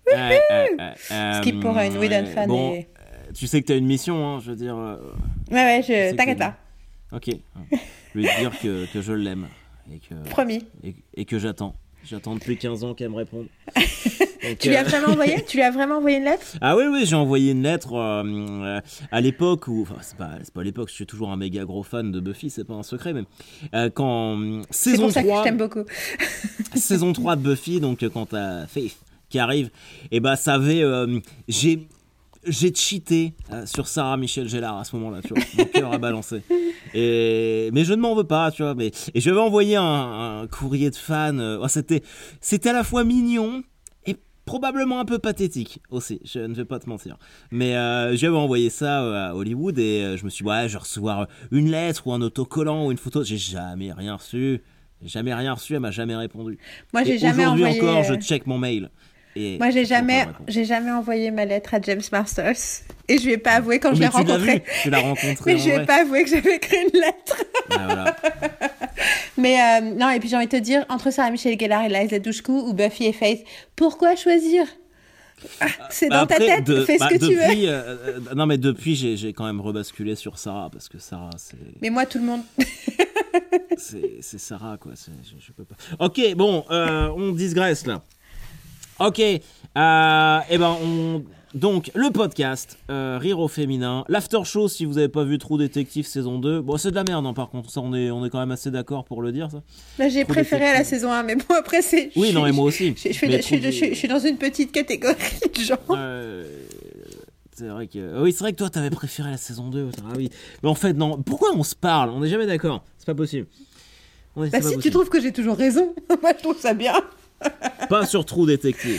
Ce qui pour une Whedon fan est... Tu sais que t'as une mission, hein, je veux dire... Ouais, t'inquiète pas. Ok. Je vais te dire que je l'aime. Promis. Et que j'attends. J'attends depuis 15 ans qu'elle me réponde. Donc, tu lui as vraiment envoyé ? Tu lui as vraiment envoyé une lettre ? Ah oui, j'ai envoyé une lettre à l'époque où... Enfin, c'est pas à l'époque, je suis toujours un méga gros fan de Buffy, c'est pas un secret, mais quand saison 3... C'est pour ça que je t'aime beaucoup. Saison 3 de Buffy, donc quand t'as Faith qui arrive, et bah ça avait... J'ai cheaté sur Sarah Michelle Gellar à ce moment-là, tu vois. Mon cœur a balancé. Mais je ne m'en veux pas, tu vois. Et je vais envoyer un courrier de fan. C'était à la fois mignon et probablement un peu pathétique aussi. Je ne vais pas te mentir. Mais j'avais envoyé ça à Hollywood et je me suis dit, ouais, je vais recevoir une lettre ou un autocollant ou une photo. J'ai jamais rien reçu. Elle m'a jamais répondu. Moi, j'ai jamais envoyé. Aujourd'hui envoyé... encore, je check mon mail. Moi, j'ai jamais envoyé ma lettre à James Masters. Et je lui ai pas avoué quand je l'ai rencontré. Tu l'as rencontré. Mais je lui ai pas avoué que j'avais écrit une lettre. Ah, voilà. Mais non, et puis j'ai envie de te dire, entre Sarah Michelle Gellar et Liza Dushku ou Buffy et Faith, pourquoi choisir ? C'est dans ta tête, fais ce que tu veux. Non, mais depuis, j'ai quand même rebasculé sur Sarah, parce que Sarah, c'est... Mais moi, tout le monde... c'est Sarah, quoi. Je peux pas... Ok, bon, on digresse, là. Ok, donc le podcast Rire au féminin, l'after show si vous n'avez pas vu True Detective saison 2, bon c'est de la merde hein, par contre, ça on est quand même assez d'accord pour le dire ça. Là, j'ai préféré à la saison 1, mais bon après c'est... Oui non mais moi aussi. Je suis dans une petite catégorie de gens. C'est vrai que... Oui c'est vrai que toi t'avais préféré la saison 2, ah oui. Mais en fait non, pourquoi on se parle ? On n'est jamais d'accord, c'est pas possible. Tu trouves que j'ai toujours raison, moi je trouve ça bien. Pas sur True Detective.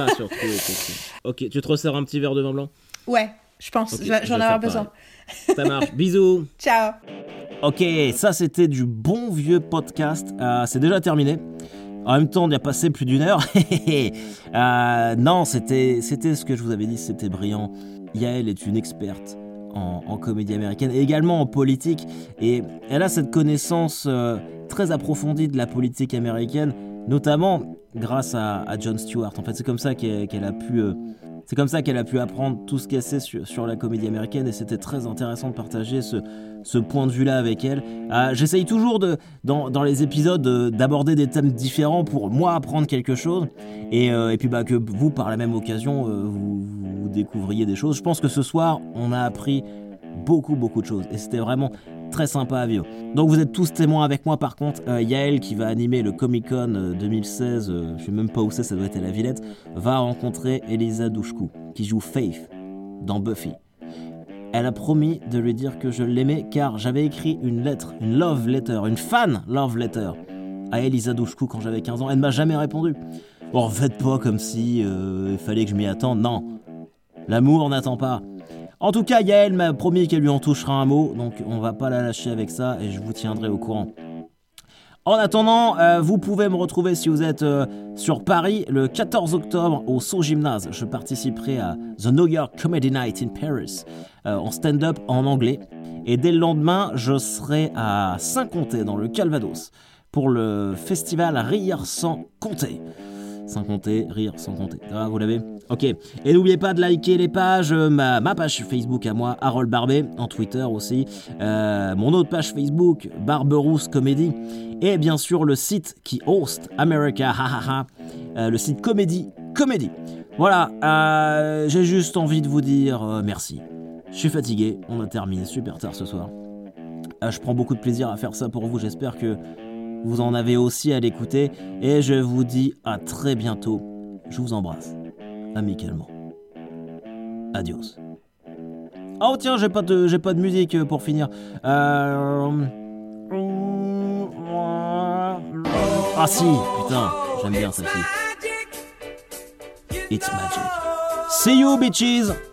Ok, tu te resserres un petit verre de vin blanc ? Ouais, je pense, okay, j'en ai avoir besoin. Ça marche, bisous. Ciao. Ok, ça c'était du bon vieux podcast. C'est déjà terminé. En même temps, on y a passé plus d'1 heure. Non, c'était ce que je vous avais dit, c'était brillant. Yael est une experte en comédie américaine et également en politique. Et elle a cette connaissance très approfondie de la politique américaine, notamment grâce à Jon Stewart. En fait, c'est comme ça qu'elle a pu apprendre tout ce qu'elle sait sur la comédie américaine, et c'était très intéressant de partager ce point de vue-là avec elle. J'essaye toujours dans les épisodes d'aborder des thèmes différents pour moi apprendre quelque chose, et puis que vous, par la même occasion, vous découvriez des choses. Je pense que ce soir, on a appris beaucoup de choses, et c'était vraiment très sympa à vivre. Donc vous êtes tous témoins avec moi par contre. Yael qui va animer le Comic Con 2016, je sais même pas où c'est, ça doit être à la Villette, va rencontrer Liza Dushku qui joue Faith dans Buffy. Elle a promis de lui dire que je l'aimais car j'avais écrit une lettre, une love letter, une fan love letter à Liza Dushku quand j'avais 15 ans. Elle ne m'a jamais répondu. Bon, faites pas comme si il fallait que je m'y attende, non. L'amour n'attend pas. En tout cas, Yael m'a promis qu'elle lui en touchera un mot, donc on va pas la lâcher avec ça et je vous tiendrai au courant. En attendant, vous pouvez me retrouver si vous êtes sur Paris le 14 octobre au Sceaux Gymnase. Je participerai à The New York Comedy Night in Paris en stand-up en anglais. Et dès le lendemain, je serai à Saint-Comté dans le Calvados pour le festival Rire sans compter. Sans compter, rire sans compter. Ah, vous l'avez ? Ok. Et n'oubliez pas de liker les pages, ma page Facebook à moi, Harold Barbet, en Twitter aussi, mon autre page Facebook, Barberousse Comedy, et bien sûr le site qui host America, le site Comedy. Voilà, j'ai juste envie de vous dire merci. Je suis fatigué, on a terminé super tard ce soir. Je prends beaucoup de plaisir à faire ça pour vous, j'espère que vous en avez aussi à l'écouter, et je vous dis à très bientôt. Je vous embrasse amicalement. Adios. Oh tiens, j'ai pas de musique pour finir. Ah si, putain, j'aime bien celle-ci. It's magic. See you bitches.